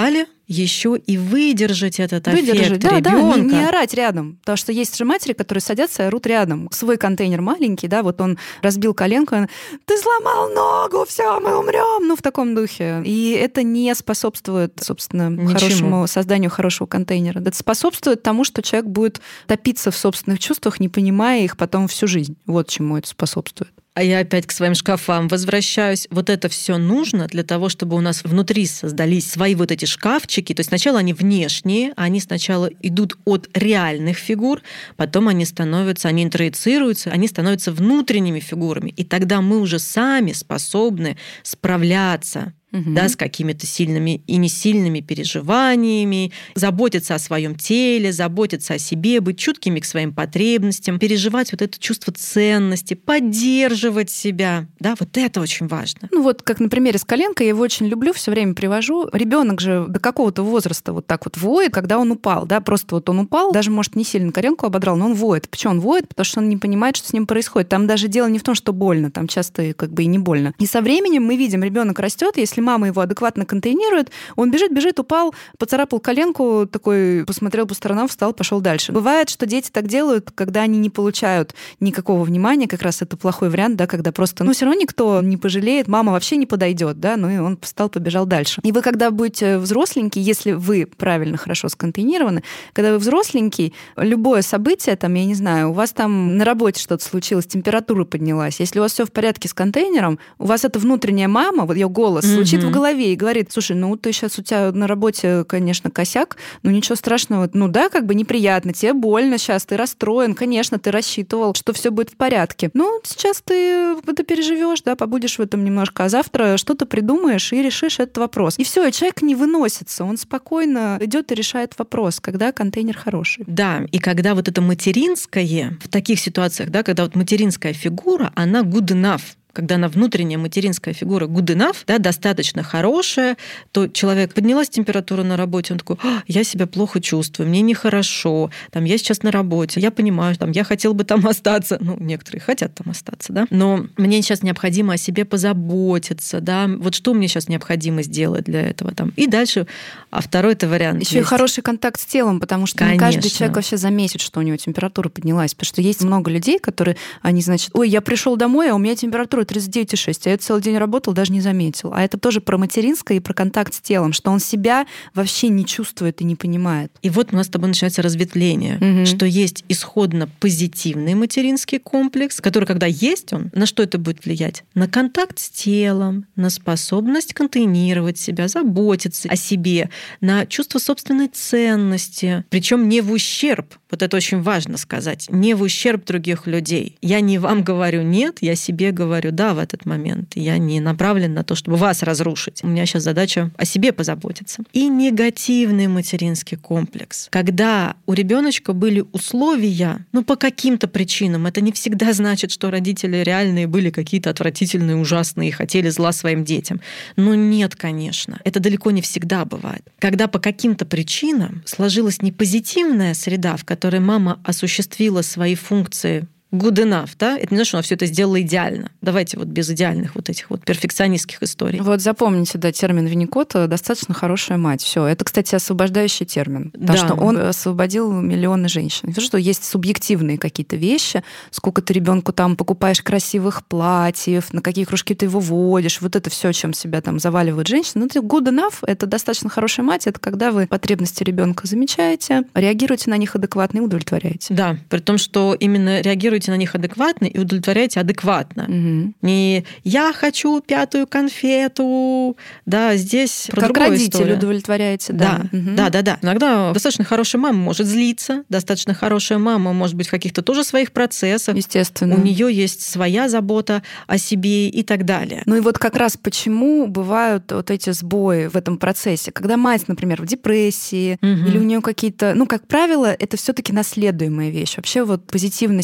еще и выдержать этот Выдержать, аффект да, ребенка. Да, не, не орать рядом. Потому что есть же матери, которые садятся и орут рядом. Свой контейнер маленький, да, вот он разбил коленку, он, ты сломал ногу, все, мы умрем, ну, в таком духе. И это не способствует, собственно, Ничему. хорошему созданию хорошего контейнера. Это способствует тому, что человек будет топиться в собственных чувствах, не понимая их потом всю жизнь. Вот чему это способствует. А я опять к своим шкафам возвращаюсь. Вот это все нужно для того, чтобы у нас внутри создались свои вот эти шкафчики. То есть сначала они внешние, они сначала идут от реальных фигур, потом они становятся, они интроицируются, они становятся внутренними фигурами. И тогда мы уже сами способны справляться. Угу. Да, с какими-то сильными и несильными переживаниями, заботиться о своем теле, заботиться о себе, быть чуткими к своим потребностям, переживать вот это чувство ценности, поддерживать себя. Да, вот это очень важно. Ну вот, как на примере с коленкой, я его очень люблю, все время привожу. Ребенок же до какого-то возраста вот так вот воет, когда он упал, да, просто вот он упал, даже, может, не сильно коленку ободрал, но он воет. Почему он воет? Потому что он не понимает, что с ним происходит. Там даже дело не в том, что больно, там часто как бы и не больно. И со временем мы видим, ребенок растет, если мама его адекватно контейнирует, он бежит, бежит, упал, поцарапал коленку, такой посмотрел по сторонам, встал, пошел дальше. Бывает, что дети так делают, когда они не получают никакого внимания, как раз это плохой вариант, да, когда просто, ну, все равно никто не пожалеет, мама вообще не подойдет, да, ну и он встал, побежал дальше. И вы, когда будете взросленький, если вы правильно, хорошо сконтейнированы, когда вы взросленький, любое событие, там, я не знаю, у вас там на работе что-то случилось, температура поднялась, если у вас все в порядке с контейнером, у вас эта внутренняя мама, вот ее голос mm-hmm. звучит в голове и говорит, слушай, ну ты сейчас у тебя на работе, конечно, косяк, но ничего страшного, ну да, как бы неприятно, тебе больно сейчас, ты расстроен, конечно, ты рассчитывал, что все будет в порядке. Ну, сейчас ты это переживешь, да, побудешь в этом немножко, а завтра что-то придумаешь и решишь этот вопрос. И все, и человек не выносится, он спокойно идет и решает вопрос, когда контейнер хороший. Да, и когда вот это материнское, в таких ситуациях, да, когда вот материнская фигура, она good enough, когда она внутренняя материнская фигура good enough, да, достаточно хорошая, то человек, поднялась температура на работе, он такой, я себя плохо чувствую, мне нехорошо, там, я сейчас на работе, я понимаю, там, я хотел бы там остаться, ну, некоторые хотят там остаться, да, но мне сейчас необходимо о себе позаботиться, да, вот что мне сейчас необходимо сделать для этого, там, и дальше, а второй это вариант. Еще и хороший контакт с телом, потому что не каждый человек вообще заметит, что у него температура поднялась, потому что есть много людей, которые, они, значит, ой, я пришел домой, а у меня температура тридцать девять и шесть, а я целый день работал, даже не заметил. А это тоже про материнское и про контакт с телом, что он себя вообще не чувствует и не понимает. И вот у нас с тобой начинается разветвление, угу. что есть исходно позитивный материнский комплекс, который, когда есть он, на что это будет влиять? На контакт с телом, на способность контейнировать себя, заботиться о себе, на чувство собственной ценности, причем не в ущерб, вот это очень важно сказать, не в ущерб других людей. Я не вам говорю нет, я себе говорю да в этот момент. Я не направлен на то, чтобы вас разрушить. У меня сейчас задача о себе позаботиться. И негативный материнский комплекс. Когда у ребеночка были условия, ну, по каким-то причинам, это не всегда значит, что родители реальные были какие-то отвратительные, ужасные и хотели зла своим детям. Но нет, конечно. Это далеко не всегда бывает. Когда по каким-то причинам сложилась не позитивная среда, в которой мама осуществила свои функции good enough, да? Это не значит, что она все это сделала идеально. Давайте вот без идеальных вот этих вот перфекционистских историй. Вот запомните, да, термин Винникота «достаточно хорошая мать». Все, это, кстати, освобождающий термин, потому да. что он освободил миллионы женщин. Потому что есть субъективные какие-то вещи, сколько ты ребенку там покупаешь красивых платьев, на какие кружки ты его водишь, вот это все, чем себя там заваливают женщины. Ну, это good enough, это достаточно хорошая мать, это когда вы потребности ребенка замечаете, реагируете на них адекватно и удовлетворяете. Да, при том, что именно реагируете на них адекватно и удовлетворяете адекватно. Угу. Не «я хочу пятую конфету», да, здесь про как другую родитель историю. Удовлетворяете, да. Да, угу. да, да, да. Иногда достаточно хорошая мама может злиться, достаточно хорошая мама может быть в каких-то тоже своих процессах. Естественно. У нее есть своя забота о себе и так далее. Ну и вот как раз почему бывают вот эти сбои в этом процессе. Когда мать, например, в депрессии, угу. или у нее какие-то... Ну, как правило, это все таки наследуемая вещь. Вообще вот позитивность или негативность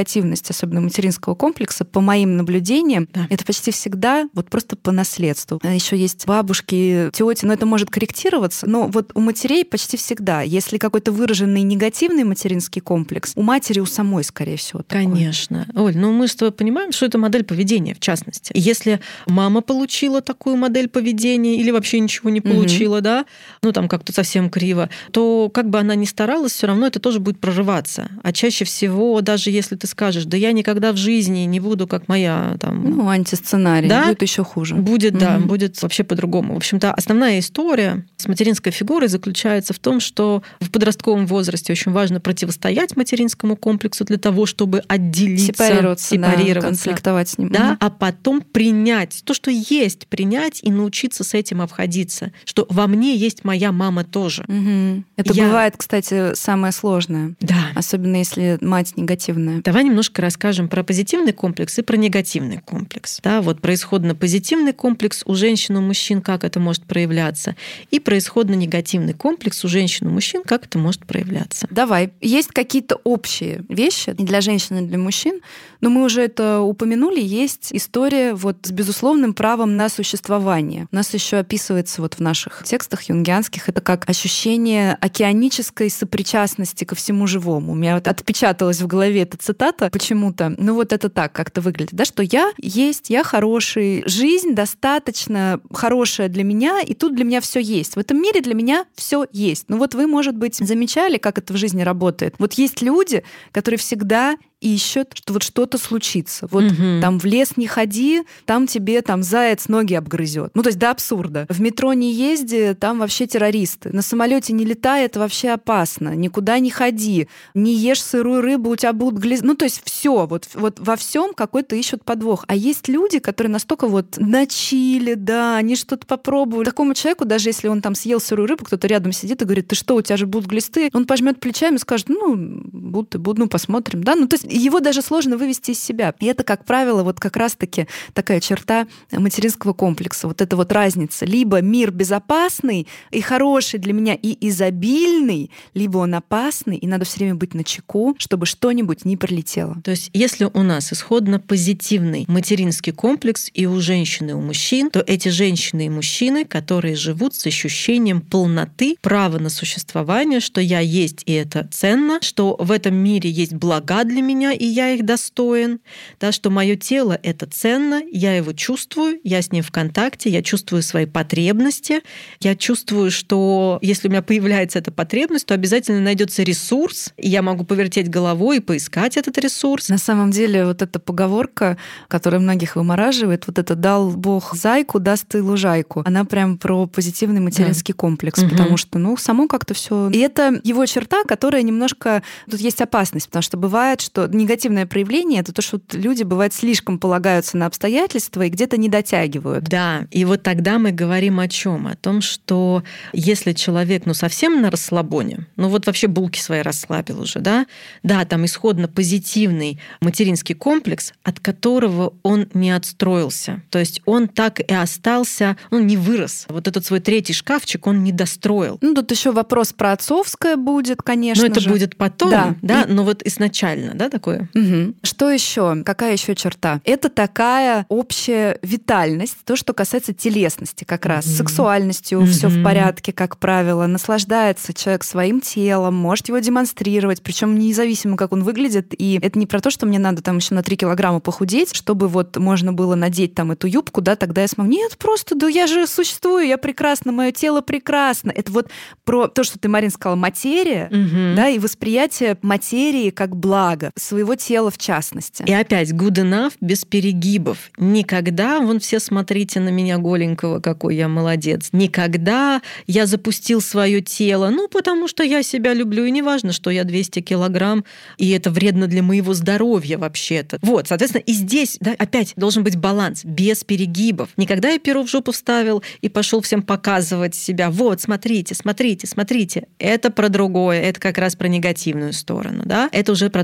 негативность, особенно материнского комплекса, по моим наблюдениям, да. это почти всегда вот просто по наследству. Еще есть бабушки, тети, но это может корректироваться, но вот у матерей почти всегда, если какой-то выраженный негативный материнский комплекс, у матери, у самой, скорее всего, такое. Конечно. Оль, ну мы с тобой понимаем, что это модель поведения, в частности. Если мама получила такую модель поведения или вообще ничего не получила, угу. да, ну там как-то совсем криво, то как бы она ни старалась, все равно это тоже будет прорываться. А чаще всего, даже если ты скажешь, да я никогда в жизни не буду как моя там... Ну, антисценарий, да? Будет еще хуже. Будет, угу. да, будет вообще по-другому. В общем-то, основная история с материнской фигурой заключается в том, что в подростковом возрасте очень важно противостоять материнскому комплексу для того, чтобы отделиться, сепарироваться, сепарироваться, да, конфликтовать с ним. Да, угу. а потом принять то, что есть, принять и научиться с этим обходиться, что во мне есть моя мама тоже. Угу. Это Я... бывает, кстати, самое сложное. Да. Особенно если мать негативная. Давай немножко расскажем про позитивный комплекс и про негативный комплекс. Да, вот про исходно-позитивный комплекс у женщин и у мужчин, как это может проявляться, и про исходно-негативный комплекс у женщин и у мужчин, как это может проявляться. Давай. Есть какие-то общие вещи и для женщин, и для мужчин, но мы уже это упомянули. Есть история вот с безусловным правом на существование. У нас еще описывается вот в наших текстах юнгианских это как ощущение океанической сопричастности ко всему живому. У меня вот отпечаталась в голове эта цитата почему-то. Ну вот это так как-то выглядит, да, что я есть, я хороший, жизнь достаточно хорошая для меня, и тут для меня все есть. В этом мире для меня все есть. Ну вот вы, может быть, замечали, как это в жизни работает. Вот есть люди, которые всегда ищут, что вот что-то случится. Вот угу. там в лес не ходи, там тебе там заяц ноги обгрызет. Ну, то есть до абсурда. В метро не езди, там вообще террористы. На самолете не летай, это вообще опасно. Никуда не ходи. Не ешь сырую рыбу, у тебя будут глаза. Ну, то есть все, вот, вот во всем какой-то ищут подвох. А есть люди, которые настолько вот на чиле, да, они что-то попробовали. Такому человеку, даже если он там съел сырую рыбу, кто-то рядом сидит и говорит, ты что, у тебя же будут глисты? Он пожмет плечами и скажет, ну, будут и будут, ну, посмотрим. Да? Ну, то есть его даже сложно вывести из себя. И это, как правило, вот как раз-таки такая черта материнского комплекса. Вот эта вот разница. Либо мир безопасный и хороший для меня, и изобильный, либо он опасный, и надо все время быть начеку, чтобы что-нибудь не пролетело. То есть если у нас исходно позитивный материнский комплекс и у женщин, и у мужчин, то эти женщины и мужчины, которые живут с ощущением полноты, права на существование, что я есть, и это ценно, что в этом мире есть блага для меня, и я их достоин, да, что мое тело — это ценно, я его чувствую, я с ним в контакте, я чувствую свои потребности, я чувствую, что если у меня появляется эта потребность, то обязательно найдется ресурс, и я могу повертеть головой и поискать этот ресурс. На самом деле вот эта поговорка, которая многих вымораживает, вот это «дал Бог зайку, даст и лужайку», она прям про позитивный материнский да. комплекс, угу. потому что, ну, само как-то все. И это его черта, которая немножко... Тут есть опасность, потому что бывает, что негативное проявление — это то, что люди, бывает, слишком полагаются на обстоятельства и где-то не дотягивают. Да, и вот тогда мы говорим о чем? О том, что если человек, ну, совсем на расслабоне, ну, вот вообще булки свои расслабил уже, да, да, там исходно позитивный материнский комплекс, от которого он не отстроился. То есть он так и остался, он не вырос. Вот этот свой третий шкафчик он не достроил. Ну, тут еще вопрос про отцовское будет, конечно же. Но это будет потом, да, да и... но вот изначально, да, такое. Угу. Что еще? Какая еще черта? Это такая общая витальность, то, что касается телесности как раз. С сексуальностью все в порядке, как правило. Наслаждается человек своим телом, может его демонстрировать, причем независимо, как он выглядит. И это не про то, что мне надо там еще на три килограмма похудеть, чтобы вот можно было надеть там эту юбку, да, тогда я смогу. Нет, просто, да я же существую, я прекрасна, мое тело прекрасно. Это вот про то, что ты, Марин, сказала, материя, угу. да, и восприятие материи как блага, своего тела в частности. И опять, good enough, без перегибов. Никогда, вон все смотрите на меня голенького, какой я молодец. Никогда я запустил свое тело, ну, потому что я себя люблю, и неважно, что я двести килограмм, и это вредно для моего здоровья вообще-то. Вот, соответственно, и здесь, да, опять должен быть баланс, без перегибов. Никогда я перо в жопу вставил и пошел всем показывать себя. Вот, смотрите, смотрите, смотрите. Это про другое, это как раз про негативную сторону, да. Это уже про то, что скорее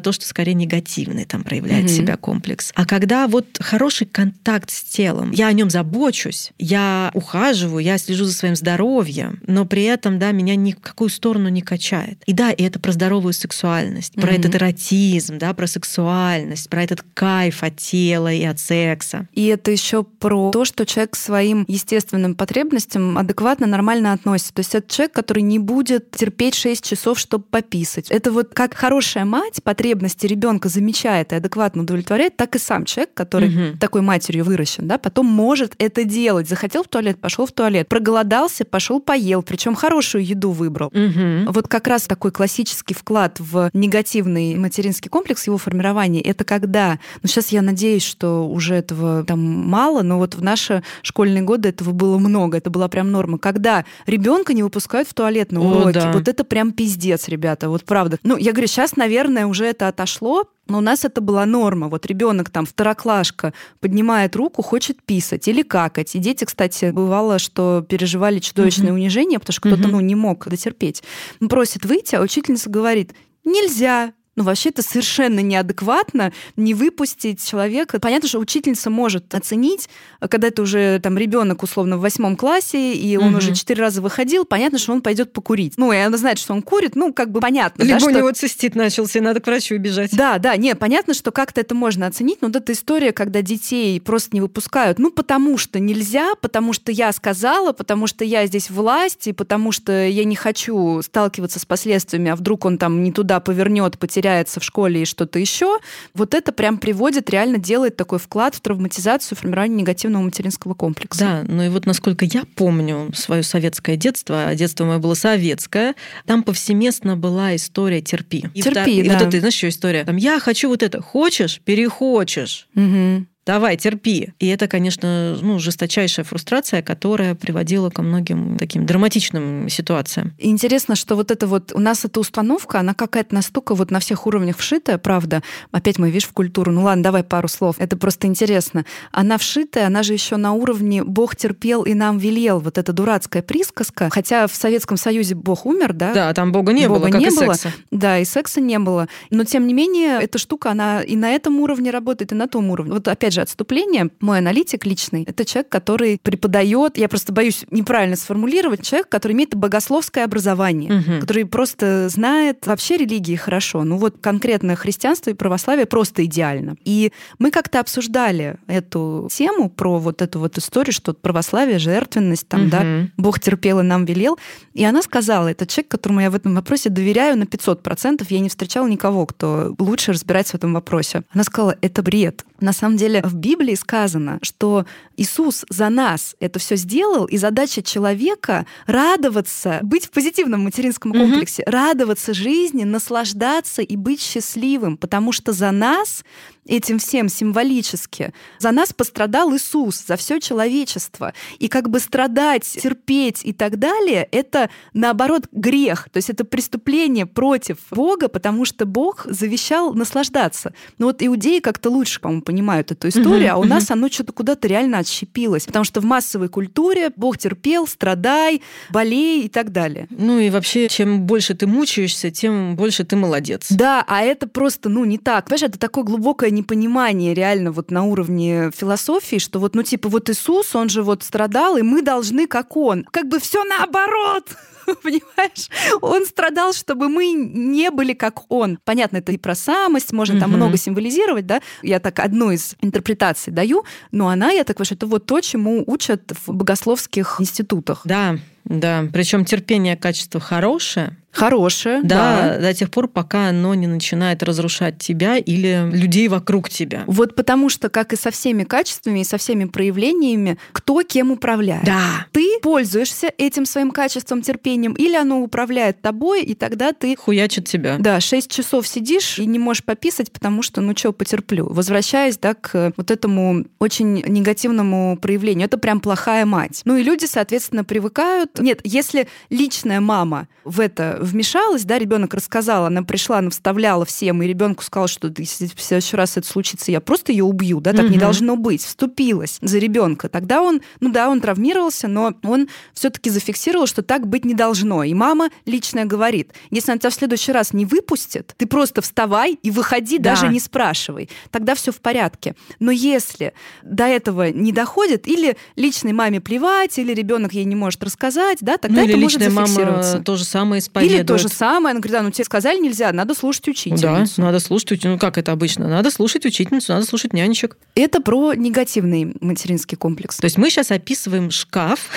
скорее негативный там проявляет mm-hmm. себя комплекс. А когда вот хороший контакт с телом, я о нем забочусь, я ухаживаю, я слежу за своим здоровьем, но при этом, да, меня ни в какую сторону не качает. И да, и это про здоровую сексуальность, mm-hmm. про этот эротизм, да, про сексуальность, про этот кайф от тела и от секса. И это еще про то, что человек к своим естественным потребностям адекватно, нормально относится. То есть это человек, который не будет терпеть шесть часов, чтобы пописать. Это вот как хорошая мать потребности ребенка замечает и адекватно удовлетворяет, так и сам человек, который угу. такой матерью выращен, да, потом может это делать. Захотел в туалет, пошел в туалет. Проголодался, пошел поел, причем хорошую еду выбрал. Угу. Вот как раз такой классический вклад в негативный материнский комплекс, его формирование, это когда, ну сейчас я надеюсь, что уже этого там мало, но вот в наши школьные годы этого было много, это была прям норма. Когда ребенка не выпускают в туалет на уроке, да. вот это прям пиздец, ребята, вот правда. Ну, я говорю, сейчас, наверное, уже это отошло, но у нас это была норма. Вот ребенок там, второклашка, поднимает руку, хочет писать или какать. И дети, кстати, бывало, что переживали чудовищное mm-hmm. унижение, потому что mm-hmm. кто-то ну, не мог дотерпеть. Он просит выйти, а учительница говорит, нельзя. Ну, вообще это совершенно неадекватно не выпустить человека. Понятно, что учительница может оценить, когда это уже там ребенок условно в восьмом классе, и он угу. уже четыре раза выходил, понятно, что он пойдет покурить. Ну, и она знает, что он курит, ну, как бы понятно. Либо да, у что... него цистит начался, и надо к врачу бежать. Да, да, нет, понятно, что как-то это можно оценить, но вот эта история, когда детей просто не выпускают, ну, потому что нельзя, потому что я сказала, потому что я здесь власть, и потому что я не хочу сталкиваться с последствиями, а вдруг он там не туда повернет, потеряет в школе и что-то еще, вот это прям приводит, реально делает такой вклад в травматизацию, формирование негативного материнского комплекса. Да, ну и вот насколько я помню свое советское детство, а детство мое было советское, там повсеместно была история «терпи». И Терпи, и да. вот это, знаешь, еще история. Там, я хочу вот это. Хочешь? Перехочешь. Угу. Давай, терпи. И это, конечно, ну, жесточайшая фрустрация, которая приводила ко многим таким драматичным ситуациям. И интересно, что вот это вот у нас эта установка, она какая-то настолько вот на всех уровнях вшитая, правда. Опять мы, видишь, в культуру. Ну ладно, давай пару слов. Это просто интересно. Она вшитая, она же еще на уровне «Бог терпел и нам велел». Вот эта дурацкая присказка. Хотя в Советском Союзе Бог умер, да? Да, там Бога не Бога было, как не и было. секса. Да, и секса не было. Но тем не менее, эта штука, она и на этом уровне работает, и на том уровне. Вот опять же, отступление. Мой аналитик личный — это человек, который преподает, я просто боюсь неправильно сформулировать, человек, который имеет богословское образование, угу. который просто знает вообще религии хорошо. Ну вот конкретно христианство и православие просто идеально. И мы как-то обсуждали эту тему про вот эту вот историю, что православие, жертвенность, там, угу. да, Бог терпел и нам велел. И она сказала, это человек, которому я в этом вопросе доверяю на пятьсот процентов, я не встречала никого, кто лучше разбирается в этом вопросе. Она сказала, это бред. На самом деле в Библии сказано, что Иисус за нас это все сделал, и задача человека радоваться, быть в позитивном материнском комплексе, mm-hmm. радоваться жизни, наслаждаться и быть счастливым, потому что за нас этим всем символически, за нас пострадал Иисус, за все человечество. И как бы страдать, терпеть и так далее, это, наоборот, грех. То есть это преступление против Бога, потому что Бог завещал наслаждаться. Но вот иудеи как-то лучше, по-моему, понимают эту историю, uh-huh, а у uh-huh. нас оно что-то куда-то реально отщепилось. Потому что в массовой культуре Бог терпел, страдай, болей и так далее. Ну и вообще, чем больше ты мучаешься, тем больше ты молодец. Да, а это просто, ну, не так. Понимаешь, это такое глубокое непонимание реально вот на уровне философии, что вот, ну, типа, вот Иисус, он же вот страдал, и мы должны, как он. Как бы все наоборот. Понимаешь? Он страдал, чтобы мы не были как он. Понятно, это и про самость, можно mm-hmm. там много символизировать, да? Я так одну из интерпретаций даю, но она, я так понимаю, это вот то, чему учат в богословских институтах. Да, да. Причем терпение, качество хорошее. Хорошее, да, да. До тех пор, пока оно не начинает разрушать тебя или людей вокруг тебя. Вот потому что, как и со всеми качествами и со всеми проявлениями, кто кем управляет. Да. Ты пользуешься этим своим качеством, терпением, или оно управляет тобой, и тогда ты... Хуячит тебя. Да, шесть часов сидишь и не можешь пописать, потому что, ну что, потерплю. Возвращаясь, да, к вот этому очень негативному проявлению. Это прям плохая мать. Ну и люди, соответственно, привыкают. Нет, если личная мама в это вмешалась, да, ребенок рассказал, она пришла, она вставляла всем, и ребенку сказала, что если в следующий раз это случится, я просто ее убью, да, так угу. не должно быть, вступилась за ребенка. Тогда он, ну да, он травмировался, но он все-таки зафиксировал, что так быть не должно. И мама личная говорит, если она тебя в следующий раз не выпустит, ты просто вставай и выходи, да. даже не спрашивай. Тогда все в порядке. Но если до этого не доходит, или личной маме плевать, или ребенок ей не может рассказать, да, тогда ну, это может зафиксироваться. Мама то же самое исповедует. Или то же самое, она говорит, да, ну тебе сказали нельзя, надо слушать учительницу. Да, надо слушать учительницу. Ну как это обычно? Надо слушать учительницу, надо слушать нянечек. Это про негативный материнский комплекс. То есть мы сейчас описываем шкаф,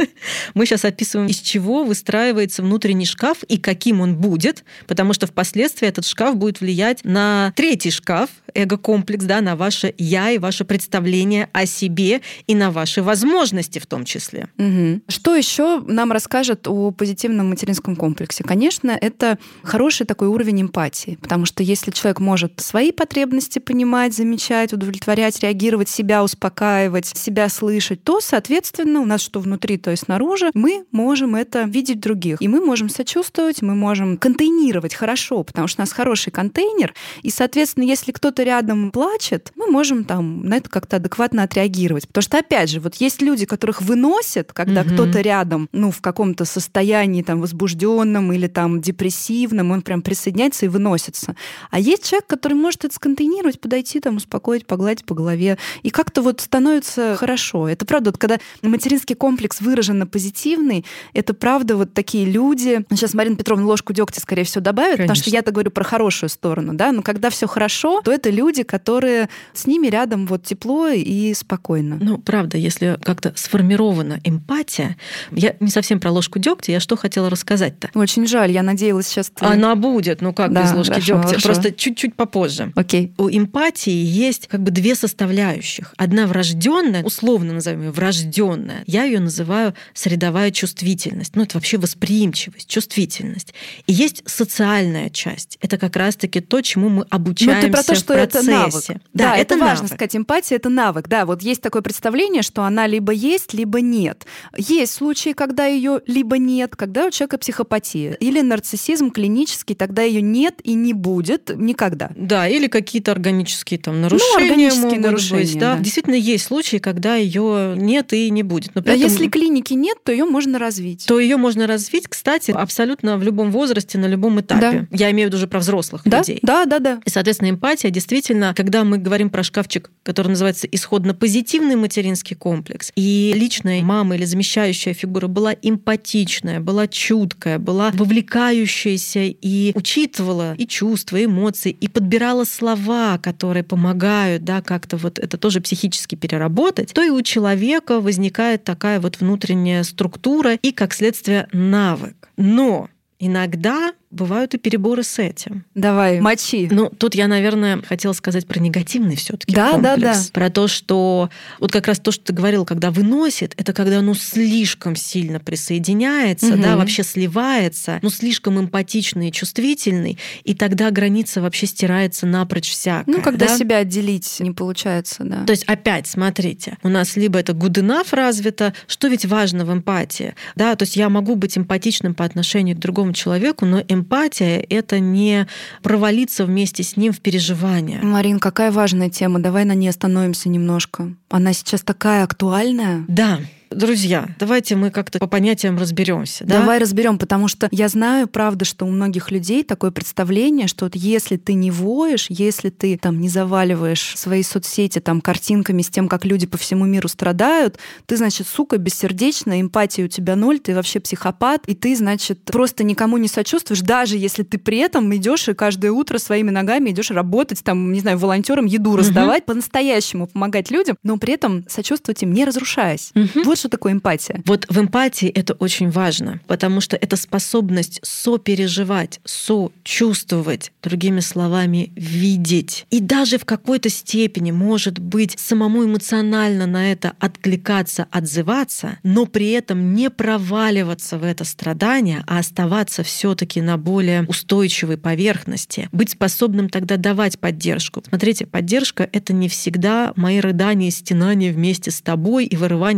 мы сейчас описываем, из чего выстраивается внутренний шкаф и каким он будет, потому что впоследствии этот шкаф будет влиять на третий шкаф, эго-комплекс, да, на ваше «я» и ваше представление о себе и на ваши возможности в том числе. Угу. Что еще нам расскажет о позитивном материнском комплексе? Конечно, это хороший такой уровень эмпатии, потому что если человек может свои потребности понимать, замечать, удовлетворять, реагировать, себя успокаивать, себя слышать, то, соответственно, у нас что внутри, то и снаружи, мы можем это видеть в других. И мы можем сочувствовать, мы можем контейнировать хорошо, потому что у нас хороший контейнер, и, соответственно, если кто-то рядом плачет, мы можем там на это как-то адекватно отреагировать. Потому что, опять же, вот есть люди, которых выносят, когда угу. кто-то рядом, ну, в каком-то состоянии там возбужденном или там депрессивном, он прям присоединяется и выносится. А есть человек, который может это сконтейнировать, подойти, там, успокоить, погладить по голове, и как-то вот становится хорошо. Это правда, вот когда материнский комплекс выраженно позитивный, это правда вот такие люди. Сейчас Марина Петровна ложку дегтя, скорее всего, добавит, Конечно. Потому что я-то говорю про хорошую сторону, да, но когда все хорошо, то это люди, которые с ними рядом вот тепло и спокойно. Ну, правда, если как-то сформирована эмпатия, я не совсем про ложку дегтя, я что хотела рассказать-то? Очень жаль, я надеялась сейчас... Ты... Она будет, ну как да, без ложки хорошо, дегтя, хорошо. Просто чуть-чуть попозже. Окей. У эмпатии есть как бы две составляющих. Одна врожденная, условно назовем ее врожденная, я ее называю средовая чувствительность. Ну, это вообще восприимчивость, чувствительность. И есть социальная часть. Это как раз-таки то, чему мы обучаемся. Ну, ты про то, что в это навык. Да, да, это, это важно навык. сказать. Эмпатия — это навык. Да, вот есть такое представление, что она либо есть, либо нет. Есть случаи, когда ее либо нет, когда у человека психопатия. Или нарциссизм клинический, тогда ее нет и не будет никогда. Да, или какие-то органические там нарушения. Ну, органические могут нарушения, быть. Да. Да. Действительно, есть случаи, когда ее нет и не будет. Но а этом... если клиники нет, то ее можно развить. То ее можно развить, кстати, абсолютно в любом возрасте, на любом этапе. Да. Я имею в виду уже про взрослых да? людей. Да, да, да. И, соответственно, эмпатия действительно, когда мы говорим про шкафчик, который называется исходно-позитивный материнский комплекс, и личная мама или замещающая фигура была эмпатичная, была чуткая, была вовлекающаяся и учитывала и чувства, и эмоции, и подбирала слова, которые помогают, да, как-то вот это тоже психически переработать, то и у человека возникает такая вот внутренняя структура и, как следствие, навык. Но иногда бывают и переборы с этим. Давай, мочи. Ну, тут я, наверное, хотела сказать про негативный все-таки да, комплекс. Да, да. Про то, что вот как раз то, что ты говорил, когда выносит, это когда оно слишком сильно присоединяется, угу. да, вообще сливается, ну, слишком эмпатичный и чувствительный, и тогда граница вообще стирается напрочь всякая. Ну, когда да? себя отделить не получается, да. То есть опять, смотрите, у нас либо это good enough развито, что ведь важно в эмпатии, да, то есть я могу быть эмпатичным по отношению к другому человеку, но эмпатия Эмпатия — это не провалиться вместе с ним в переживания. Марин, какая важная тема. Давай на ней остановимся немножко. Она сейчас такая актуальная. Да. Друзья, давайте мы как-то по понятиям разберемся. Да? Давай разберем, потому что я знаю, правда, что у многих людей такое представление, что вот если ты не воешь, если ты там не заваливаешь свои соцсети там картинками с тем, как люди по всему миру страдают, ты, значит, сука, бессердечная, эмпатия у тебя ноль, ты вообще психопат, и ты, значит, просто никому не сочувствуешь, даже если ты при этом идешь и каждое утро своими ногами идешь работать, там, не знаю, волонтерам еду раздавать, угу. по-настоящему помогать людям, но при этом сочувствовать им, не разрушаясь. Угу. Вот что такое эмпатия? Вот в эмпатии это очень важно, потому что это способность сопереживать, сочувствовать, другими словами, видеть. И даже в какой-то степени, может быть, самому эмоционально на это откликаться, отзываться, но при этом не проваливаться в это страдание, а оставаться все-таки на более устойчивой поверхности, быть способным тогда давать поддержку. Смотрите, поддержка — это не всегда мои рыдания и стенания вместе с тобой и вырывание всех своих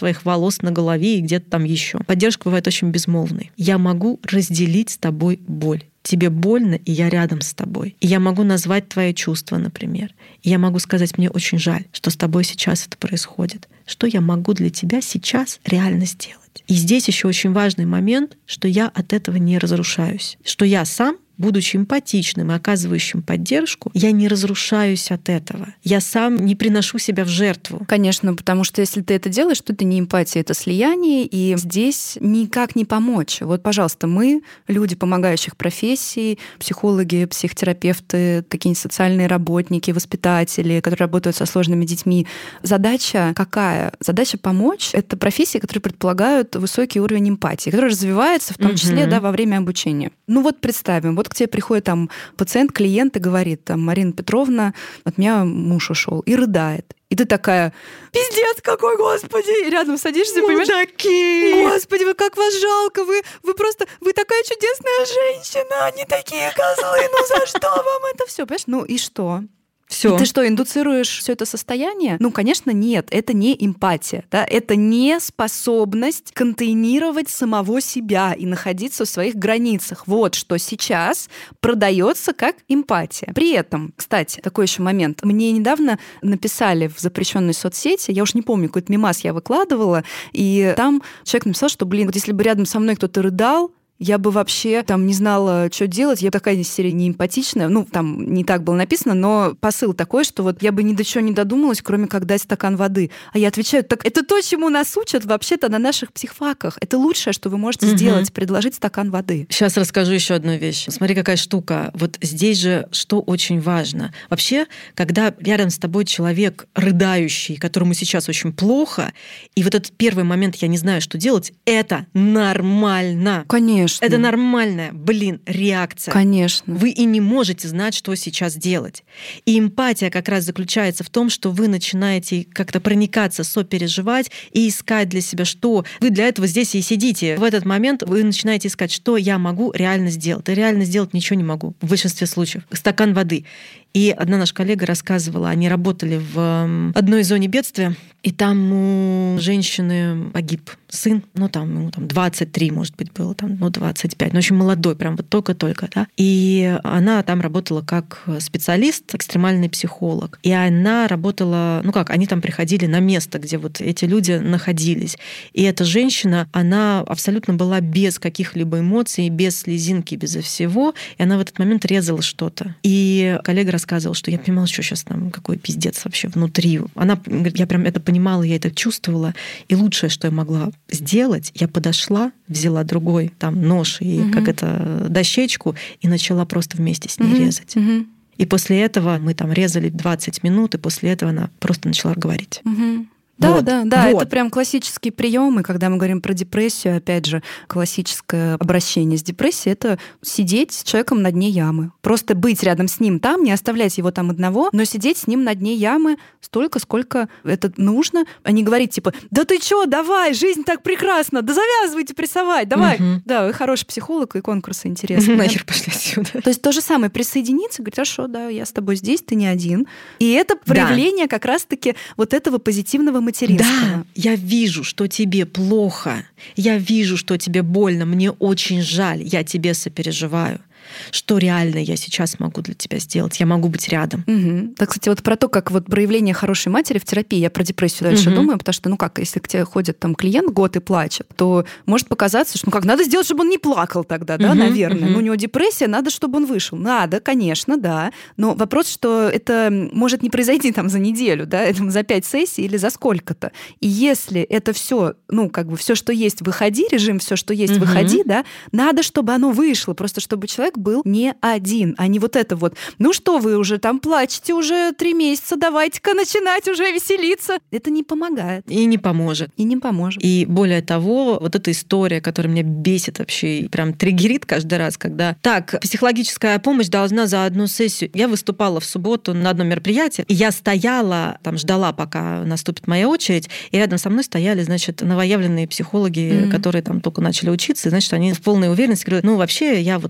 своих волос на голове и где-то там еще. Поддержка бывает очень безмолвной. Я могу разделить с тобой боль. Тебе больно, и я рядом с тобой. И я могу назвать твои чувства, например. И я могу сказать, мне очень жаль, что с тобой сейчас это происходит. Что я могу для тебя сейчас реально сделать? И здесь еще очень важный момент, что я от этого не разрушаюсь. Что я сам, будучи эмпатичным и оказывающим поддержку, я не разрушаюсь от этого. Я сам не приношу себя в жертву. Конечно, потому что если ты это делаешь, то это не эмпатия, это слияние, и здесь никак не помочь. Вот, пожалуйста, мы, люди помогающих профессий, психологи, психотерапевты, какие-нибудь социальные работники, воспитатели, которые работают со сложными детьми. Задача какая? Задача помочь. Это профессии, которые предполагают высокий уровень эмпатии, который развивается в том числе угу. да, во время обучения. Ну вот представим, вот к тебе приходит там пациент, клиент и говорит, там, Марина Петровна, от меня муж ушел и рыдает. И ты такая, пиздец какой, господи! И рядом садишься и понимаешь, Мудаки! Господи, вы как вас жалко, вы, вы просто, вы такая чудесная женщина, они такие козлы, ну за что вам это все? Понимаешь? Ну и что? Все. И ты что, индуцируешь все это состояние? Ну, конечно, нет. Это не эмпатия. Да? Это не способность контейнировать самого себя и находиться в своих границах. Вот что сейчас продается как эмпатия. При этом, кстати, такой еще момент. Мне недавно написали в запрещенной соцсети, я уж не помню, какой-то мемас я выкладывала, и там человек написал, что, блин, вот если бы рядом со мной кто-то рыдал, я бы вообще там не знала, что делать. Я такая из серии не эмпатичная. Ну, там не так было написано, но посыл такой, что вот я бы ни до чего не додумалась, кроме как дать стакан воды. А я отвечаю, так это то, чему нас учат вообще-то на наших психфаках. Это лучшее, что вы можете угу. сделать, предложить стакан воды. Сейчас расскажу еще одну вещь. Смотри, какая штука. Вот здесь же что очень важно. Вообще, когда рядом с тобой человек рыдающий, которому сейчас очень плохо, и вот этот первый момент «я не знаю, что делать», это нормально. Конечно. Это нормальная, блин, реакция. Конечно. Вы и не можете знать, что сейчас делать. И эмпатия как раз заключается в том, что вы начинаете как-то проникаться, сопереживать и искать для себя, что вы для этого здесь и сидите. В этот момент вы начинаете искать, что я могу реально сделать. И реально сделать ничего не могу в большинстве случаев. Стакан воды. И одна наша коллега рассказывала, они работали в одной зоне бедствия, и там у женщины погиб сын, ну там ему там двадцать три, может быть, было, там, ну двадцать пять, ну очень молодой, прям вот только-только, да. И она там работала как специалист, экстремальный психолог. И она работала, ну как, они там приходили на место, где вот эти люди находились. И эта женщина, она абсолютно была без каких-либо эмоций, без слезинки, безо всего, и она в этот момент резала что-то. И коллега рассказывала, что я понимала, что сейчас там какой пиздец вообще внутри. Она говорит, я прям это понимала, я это чувствовала. И лучшее, что я могла сделать, я подошла, взяла другой там нож и угу. как это дощечку и начала просто вместе с ней угу. резать. Угу. И после этого мы там резали двадцать минут, и после этого она просто начала говорить. Угу. Да, вот, да, да, вот. Это прям классические приемы, когда мы говорим про депрессию, опять же, классическое обращение с депрессией — это сидеть с человеком на дне ямы. Просто быть рядом с ним там, не оставлять его там одного, но сидеть с ним на дне ямы столько, сколько это нужно, а не говорить типа, да ты чё, давай, жизнь так прекрасна, да завязывай депрессовать, давай. Угу. Да, вы хороший психолог, и конкурсы интересные. Нахер пошли отсюда. То есть то же самое, присоединиться, говорить, хорошо, да, я с тобой здесь, ты не один. И это проявление как раз-таки вот этого позитивного материнского. Да, я вижу, что тебе плохо, я вижу, что тебе больно, мне очень жаль, я тебе сопереживаю. Что реально я сейчас могу для тебя сделать? Я могу быть рядом. Угу. Так, кстати, вот про то, как вот проявление хорошей матери в терапии, я про депрессию дальше угу. думаю, потому что, ну как, если к тебе ходит там клиент год и плачет, то может показаться, что ну как, надо сделать, чтобы он не плакал тогда, да, угу. наверное. Угу. Ну у него депрессия, надо, чтобы он вышел. Надо, конечно, да. Но вопрос, что это может не произойти там за неделю, да, это за пять сессий или за сколько-то. И если это все, ну как бы все, что есть, выходи, режим все, что есть, угу. выходи, да, надо, чтобы оно вышло, просто чтобы человек был не один, а не вот это вот, ну что вы уже там плачете уже три месяца, давайте-ка начинать уже веселиться. Это не помогает. И не поможет. И не поможет. И более того, вот эта история, которая меня бесит вообще, и прям триггерит каждый раз, когда так, психологическая помощь должна за одну сессию. Я выступала в субботу на одном мероприятии, и я стояла, там ждала, пока наступит моя очередь, и рядом со мной стояли, значит, новоявленные психологи, mm-hmm. которые там только начали учиться, и, значит, они в полной уверенности говорят, ну вообще я вот поняла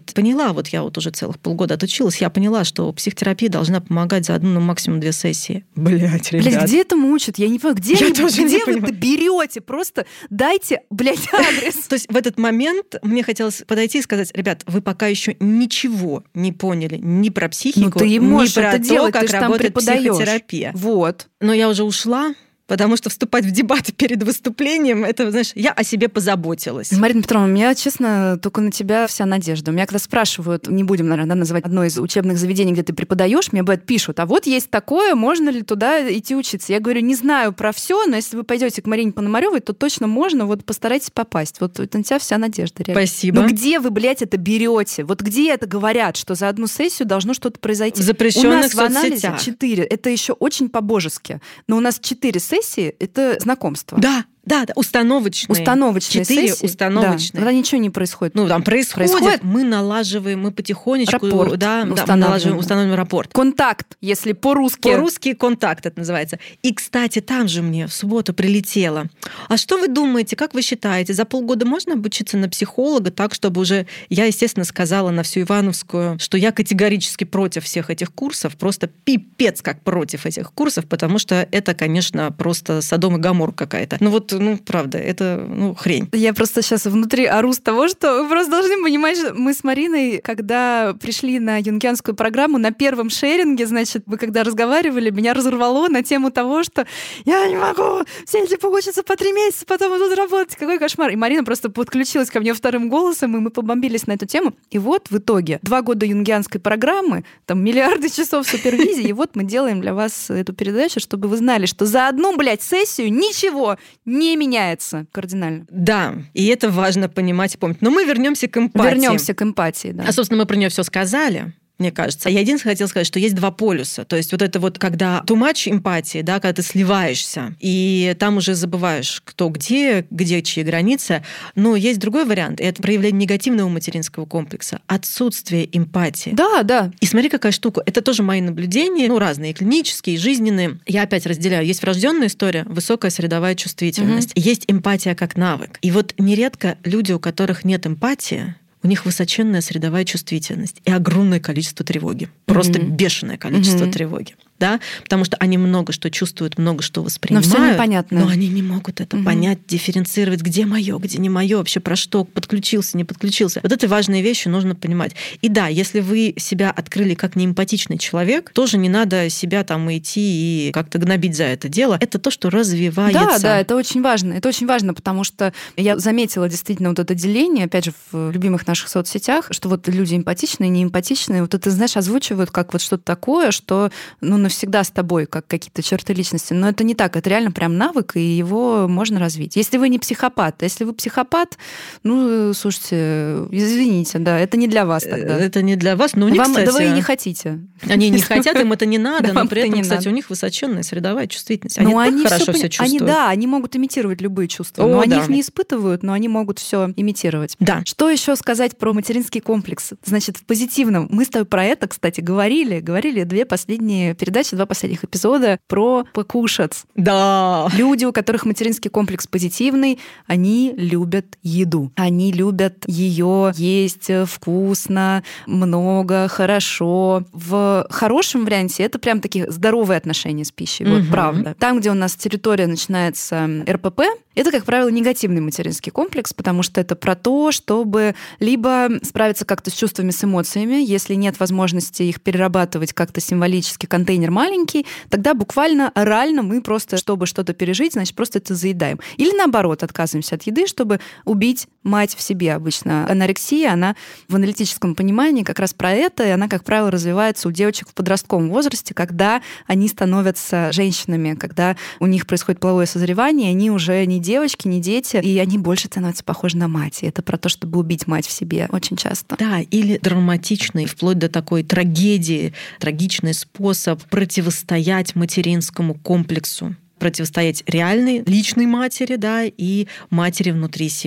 поняла, вот я вот уже целых полгода отучилась, я поняла, что психотерапия должна помогать за одну, ну, максимум две сессии. Блять, ребят. Блять, где этому учат? Я не понимаю, где, Я они, тоже где не вы понимаю. это берете? Просто дайте, блядь, адрес. То есть в этот момент мне хотелось подойти и сказать: ребят, вы пока еще ничего не поняли ни про психику, Ну, ты и ни можешь про это то, делать, как ты ж там работает преподаешь. психотерапия. Вот. Но я уже ушла, потому что вступать в дебаты перед выступлением, это, знаешь, я о себе позаботилась. Марина Петровна, у меня, честно, только на тебя вся надежда. У меня когда спрашивают, не будем, наверное, да, называть одно из учебных заведений, где ты преподаешь, мне бывает пишут, а вот есть такое, можно ли туда идти учиться? Я говорю, не знаю про все, но если вы пойдете к Марине Пономарёвой, то точно можно, вот постарайтесь попасть. Вот на тебя вся надежда. Реально. Спасибо. Ну где вы, блядь, это берете? Вот где это говорят, что за одну сессию должно что-то произойти? В запрещенных у нас в анализе соцсетях. четыре. Это еще очень по-божески. Но у нас четыре сессии — это знакомство. Да, да, да, установочные. Установочные Четыре сессии. установочные. Да, когда ничего не происходит. Ну, там происходит, Происходит. мы налаживаем, мы потихонечку Рапорт да, да, мы устанавливаем. налаживаем, устанавливаем рапорт. Контакт, если по-русски. По-русски контакт это называется. И, кстати, там же мне в субботу прилетело. А что вы думаете, как вы считаете, за полгода можно обучиться на психолога так, чтобы уже... Я, естественно, сказала на всю Ивановскую, что я категорически против всех этих курсов, просто пипец как против этих курсов, потому что это, конечно, просто Содом и Гоморра какая-то. Ну вот, ну, правда, это, ну, хрень. Я просто сейчас внутри ору с того, что вы просто должны понимать, что мы с Мариной, когда пришли на юнгианскую программу, на первом шеринге, значит, вы когда разговаривали, меня разорвало на тему того, что я не могу, все эти поучатся по три месяца, потом идут работать, какой кошмар. И Марина просто подключилась ко мне вторым голосом, и мы побомбились на эту тему. И вот в итоге два года юнгианской программы, там миллиарды часов супервизии, и вот мы делаем для вас эту передачу, чтобы вы знали, что за одну, блядь, сессию ничего не меняется кардинально. Да, и это важно понимать и помнить. Но мы вернемся к эмпатии. Вернемся к эмпатии, да. А, собственно, мы про нее все сказали. Мне кажется. Я единственное хотела сказать, что есть два полюса. То есть вот это вот, когда too much эмпатии, да, когда ты сливаешься, и там уже забываешь, кто где, где чьи границы. Но есть другой вариант, и это проявление негативного материнского комплекса, отсутствие эмпатии. Да, да. И смотри, какая штука. Это тоже мои наблюдения, ну, разные, клинические, жизненные. Я опять разделяю. Есть врожденная история, высокая средовая чувствительность. Угу. Есть эмпатия как навык. И вот нередко люди, у которых нет эмпатии, у них высоченная средовая чувствительность и огромное количество тревоги. Просто mm-hmm. бешеное количество mm-hmm. тревоги. Да? Потому что они много что чувствуют, много что воспринимают. Но все непонятно. Но они не могут это mm-hmm. понять, дифференцировать, где мое, где не мое, вообще про что, подключился, не подключился. Вот эти важные вещи нужно понимать. И да, если вы себя открыли как неэмпатичный человек, тоже не надо себя там идти и как-то гнобить за это дело. Это то, что развивается. Да, да, это очень важно. Это очень важно, потому что я заметила действительно вот это деление, опять же, в любимых наших соцсетях, что вот люди эмпатичные, неэмпатичные, вот это, знаешь, озвучивают как вот что-то такое, что, ну, навсегда с тобой, как какие-то черты личности. Но это не так, это реально прям навык, и его можно развить. Если вы не психопат, если вы психопат, ну, слушайте, извините, да, это не для вас тогда. Это не для вас, но у них, Вам, кстати... Да вы и не хотите. Они не хотят, им это не надо, да, но при этом, кстати, надо. у них высоченная средовая чувствительность. Они, но так они хорошо все, все чувствуют. Они, да, они могут имитировать любые чувства, О, но они да. их не испытывают, но они могут все имитировать. Да. Что еще сказать про материнский комплекс? Значит, в позитивном. Мы с тобой про это, кстати, говорили. Говорили две последние передачи, два последних эпизода про покушать. Да. Люди, у которых материнский комплекс позитивный, они любят еду. Они любят ее есть вкусно, много, хорошо. В хорошем варианте это прям такие здоровые отношения с пищей. Вот Угу. правда. Там, где у нас территория начинается эр пэ пэ, это, как правило, негативный материнский комплекс, потому что это про то, чтобы либо справиться как-то с чувствами, с эмоциями, если нет возможности их перерабатывать как-то символически, контейнер маленький, тогда буквально орально мы просто, чтобы что-то пережить, значит, просто это заедаем. Или наоборот, отказываемся от еды, чтобы убить мать в себе обычно. Анорексия, она в аналитическом понимании как раз про это, и она, как правило, развивается у девочек в подростковом возрасте, когда они становятся женщинами, когда у них происходит половое созревание, и они уже не девочки, не дети, и они больше становятся похожи на мать. И это про то, чтобы убить мать в себе очень часто. Да, или драматичный, вплоть до такой трагедии, трагичный способ противостоять материнскому комплексу, противостоять реальной личной матери, да, и матери внутри себя.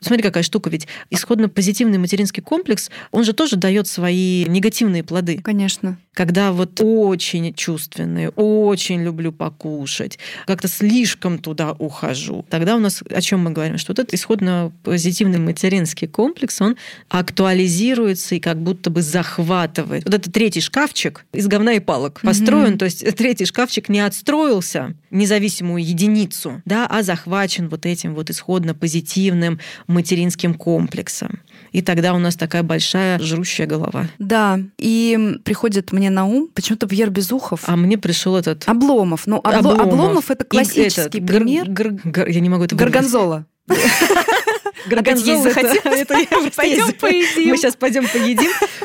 Смотри, какая штука, ведь исходно-позитивный материнский комплекс, он же тоже дает свои негативные плоды. Конечно. Когда вот очень чувственные, очень люблю покушать, как-то слишком туда ухожу. Тогда у нас о чем мы говорим? Что вот этот исходно-позитивный материнский комплекс, он актуализируется и как будто бы захватывает. Вот этот третий шкафчик из говна и палок построен, mm-hmm. то есть третий шкафчик не отстроился, независимую единицу, да, а захвачен вот этим вот исходно-позитивным материнским комплексом. И тогда у нас такая большая жрущая голова. Да, и приходит мне на ум почему-то Пьер Безухов. А мне пришел этот... Обломов. Ну, Обло... Обломов. Обломов — это классический этот, пример. Гор... Гор... Я не могу это выразить. Горгонзола. Горгонзола. Пойдем поедим. Мы сейчас пойдем поедим.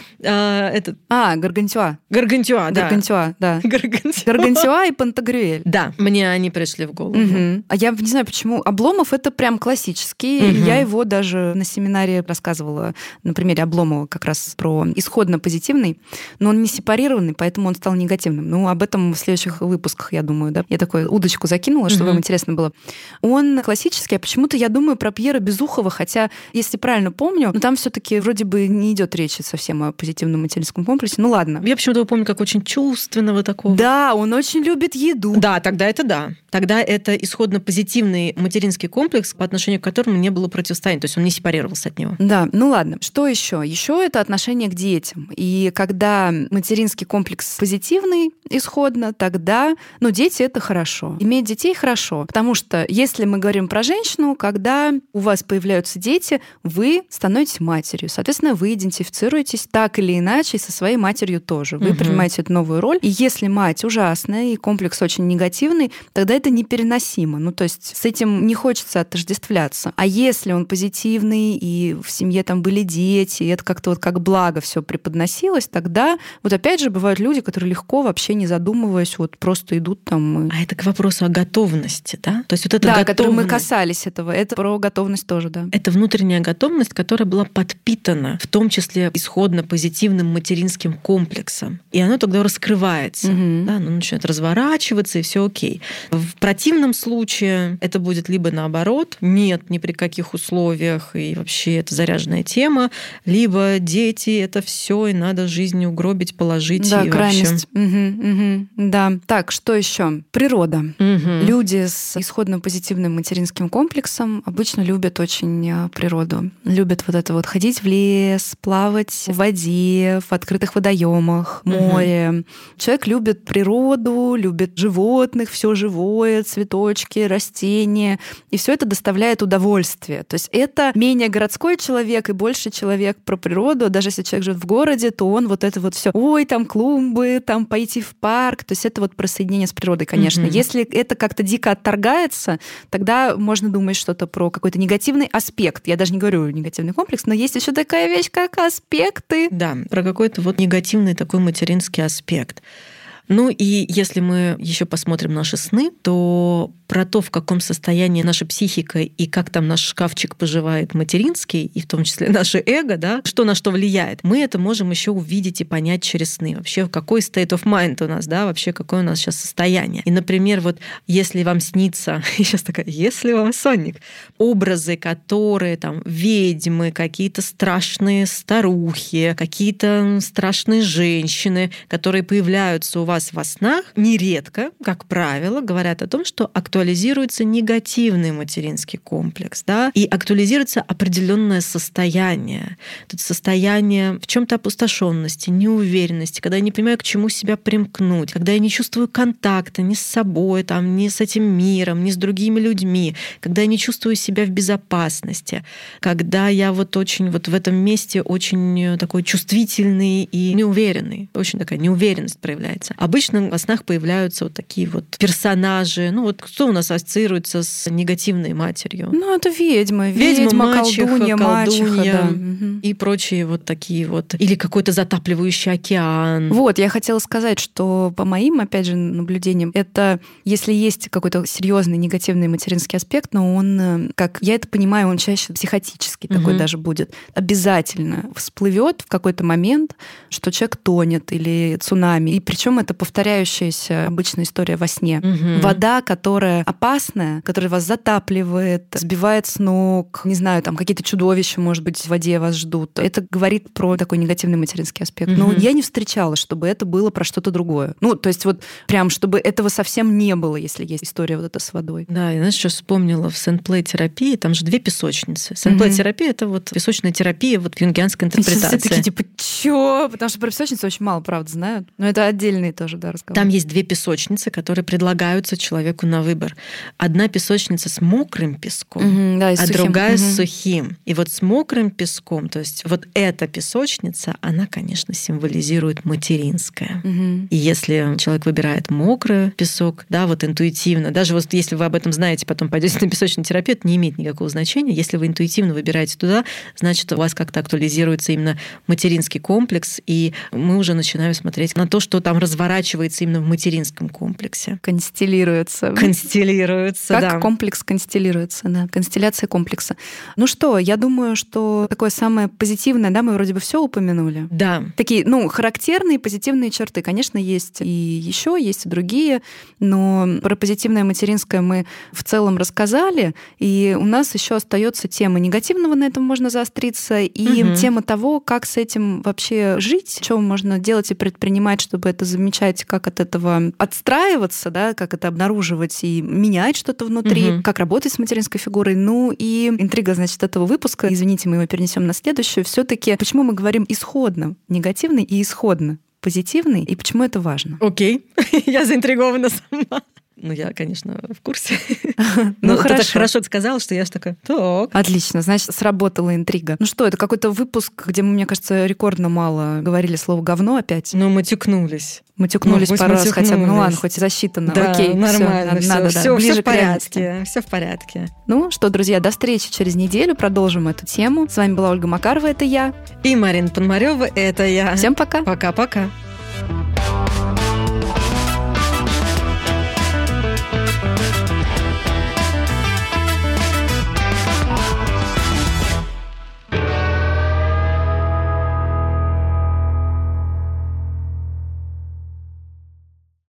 А, этот... а Гаргантюа. Гаргантюа, да. Гаргантюа, да. Гаргантюа. Гаргантюа и Пантагрюэль. Да, мне они пришли в голову. Угу. А я не знаю, почему. Обломов — это прям классический. Угу. Я его даже на семинаре рассказывала на примере Обломова как раз про исходно-позитивный, но он не сепарированный, поэтому он стал негативным. Ну, об этом в следующих выпусках, я думаю, да. Я такую удочку закинула, чтобы угу. вам интересно было. Он классический, а почему-то я думаю про Пьера Безухова, хотя, если правильно помню, но там все-таки вроде бы не идет речи совсем о позитивном материнском комплексе. Ну ладно. Я почему-то его помню как очень чувственного такого. Да, он очень любит еду. Да, тогда это да. Тогда это исходно-позитивный материнский комплекс, по отношению к которому не было противостояния. То есть он не сепарировался от него. Да, ну ладно. Что еще? Еще это отношение к детям. И когда материнский комплекс позитивный исходно, тогда, ну, дети — это хорошо. Иметь детей — хорошо. Потому что если мы говорим про женщину, когда у вас появляются дети, вы становитесь матерью. Соответственно, вы идентифицируетесь так или иначе со своей матерью тоже. Вы угу. принимаете эту новую роль. И если мать ужасная и комплекс очень негативный, тогда это непереносимо. Ну, то есть с этим не хочется отождествляться. А если он позитивный, и в семье там были дети, и это как-то вот как благо все преподносилось, тогда вот опять же бывают люди, которые легко, вообще не задумываясь, вот просто идут там... А это к вопросу о готовности, да? То есть вот это да, готовность... которым мы касались этого. Это про готовность тоже, да. Это внутренняя готовность, которая была подпитана, в том числе исходно-позитивным материнским комплексом. И оно тогда раскрывается. Угу. Да, оно начинает разворачиваться, и все окей. В противном случае это будет либо наоборот, нет ни при каких условиях, и вообще это заряженная тема, либо дети — это все, и надо жизнь угробить, положить. Да, и крайность. Угу, угу. Да. Так, что еще? Природа. Угу. Люди с исходно-позитивным материнским комплексом обычно любят очень природу. Любят вот это вот ходить в лес, плавать в воде, в открытых водоемах, море. Угу. Человек любит природу, любит животных, все живое, цветочки, растения. И все это доставляет удовольствие. То есть это менее городской человек и больше человек про природу. Даже если человек живет в городе, то он вот это вот все. Ой, там клумбы, там пойти в парк. То есть это вот про соединение с природой, конечно. Угу. Если это как-то дико отторгается, тогда можно думать что-то про какой-то негативный аспект. Я даже не говорю негативный комплекс, но есть еще такая вещь, как аспекты. Да, про какой-то вот негативный такой материнский аспект. Ну и если мы еще посмотрим наши сны, то про то, в каком состоянии наша психика и как там наш шкафчик поживает материнский, и в том числе наше эго, да, что на что влияет, мы это можем еще увидеть и понять через сны. Вообще, какой state of mind у нас, да, вообще, какое у нас сейчас состояние. И, например, вот если вам снится, сейчас такая, если вам сонник, образы, которые там ведьмы, какие-то страшные старухи, какие-то страшные женщины, которые появляются у вас во снах, нередко, как правило, говорят о том, что актуализируется негативный материнский комплекс, да, и актуализируется определенное состояние. Это состояние в чем-то опустошенности, неуверенности, когда я не понимаю, к чему себя примкнуть, когда я не чувствую контакта ни с собой, там, ни с этим миром, ни с другими людьми, когда я не чувствую себя в безопасности, когда я вот очень вот в этом месте очень такой чувствительный и неуверенный. Очень такая неуверенность проявляется. Обычно во снах появляются вот такие вот персонажи. Ну вот кто у нас ассоциируется с негативной матерью? Ну это ведьмы. Ведьма, Ведьма, мачеха, колдунья, колдунья мачеха, да. И прочие вот такие вот. Или какой-то затапливающий океан. Вот, я хотела сказать, что по моим, опять же, наблюдениям, это если есть какой-то серьезный негативный материнский аспект, но он, как я это понимаю, он чаще психотический угу. такой даже будет, обязательно всплывет в какой-то момент, что человек тонет или цунами. И причем это повторяющаяся обычная история во сне. Угу. Вода, которая опасная, которая вас затапливает, сбивает с ног, не знаю, там какие-то чудовища, может быть, в воде вас ждут. Это говорит про такой негативный материнский аспект. Угу. Но я не встречала, чтобы это было про что-то другое. Ну, то есть вот прям, чтобы этого совсем не было, если есть история вот эта с водой. Да, я, знаешь, что вспомнила в сент-плей-терапии, там же две песочницы. Сент-плей-терапия — это вот песочная терапия, вот юнгианская интерпретация. Все такие, типа, чё? Потому что про песочницу очень мало, правда, знают. Но это отдельный тоже, да, разговор. Там есть две песочницы, которые предлагаются человеку на выбор. Одна песочница с мокрым песком, угу, да, и а сухим. другая угу. с сухим. И вот с мокрым песком, то есть вот эта песочница, она, конечно, символизирует материнское. Угу. И если человек выбирает мокрый песок, да, вот интуитивно, даже вот если вы об этом знаете, потом пойдете на песочную терапию, это не имеет никакого значения. Если вы интуитивно выбираете туда, значит, у вас как-то актуализируется именно материнский комплекс, и мы уже начинаем смотреть на то, что там разворачивается именно в материнском комплексе. Констеллируется. Констеллируется, как да. комплекс констеллируется, да, констелляция комплекса. Ну что, я думаю, что такое самое позитивное, да, мы вроде бы все упомянули. Да. Такие, ну, характерные позитивные черты, конечно, есть и еще, есть и другие, но про позитивное материнское мы в целом рассказали, и у нас еще остается тема негативного, на этом можно заостриться, и угу. тема того, как с этим вообще жить, что можно делать и предпринимать, чтобы это замечать, как от этого отстраиваться, да, как это обнаруживать и менять что-то внутри, угу. как работать с материнской фигурой. Ну и интрига, значит, этого выпуска, извините, мы его перенесем на следующую, все-таки почему мы говорим исходно негативный и исходно позитивный, и почему это важно? Окей, я заинтригована сама. Ну, я, конечно, в курсе. Ну, хорошо. Ты так хорошо сказала, что я же такая, так. Отлично, значит, сработала интрига. Ну что, это какой-то выпуск, где мы, мне кажется, рекордно мало говорили слово «говно» опять. Ну, мы тюкнулись. Мы тюкнулись ну, пару раз хотя бы. Ну ладно, хоть засчитано. Да, окей, нормально. Всё, надо, все, да, все, ближе все в к реальности. порядке. Все в порядке. Ну что, друзья, до встречи через неделю. Продолжим эту тему. С вами была Ольга Макарова, это я. И Марина Пономарёва, это я. Всем пока. Пока-пока.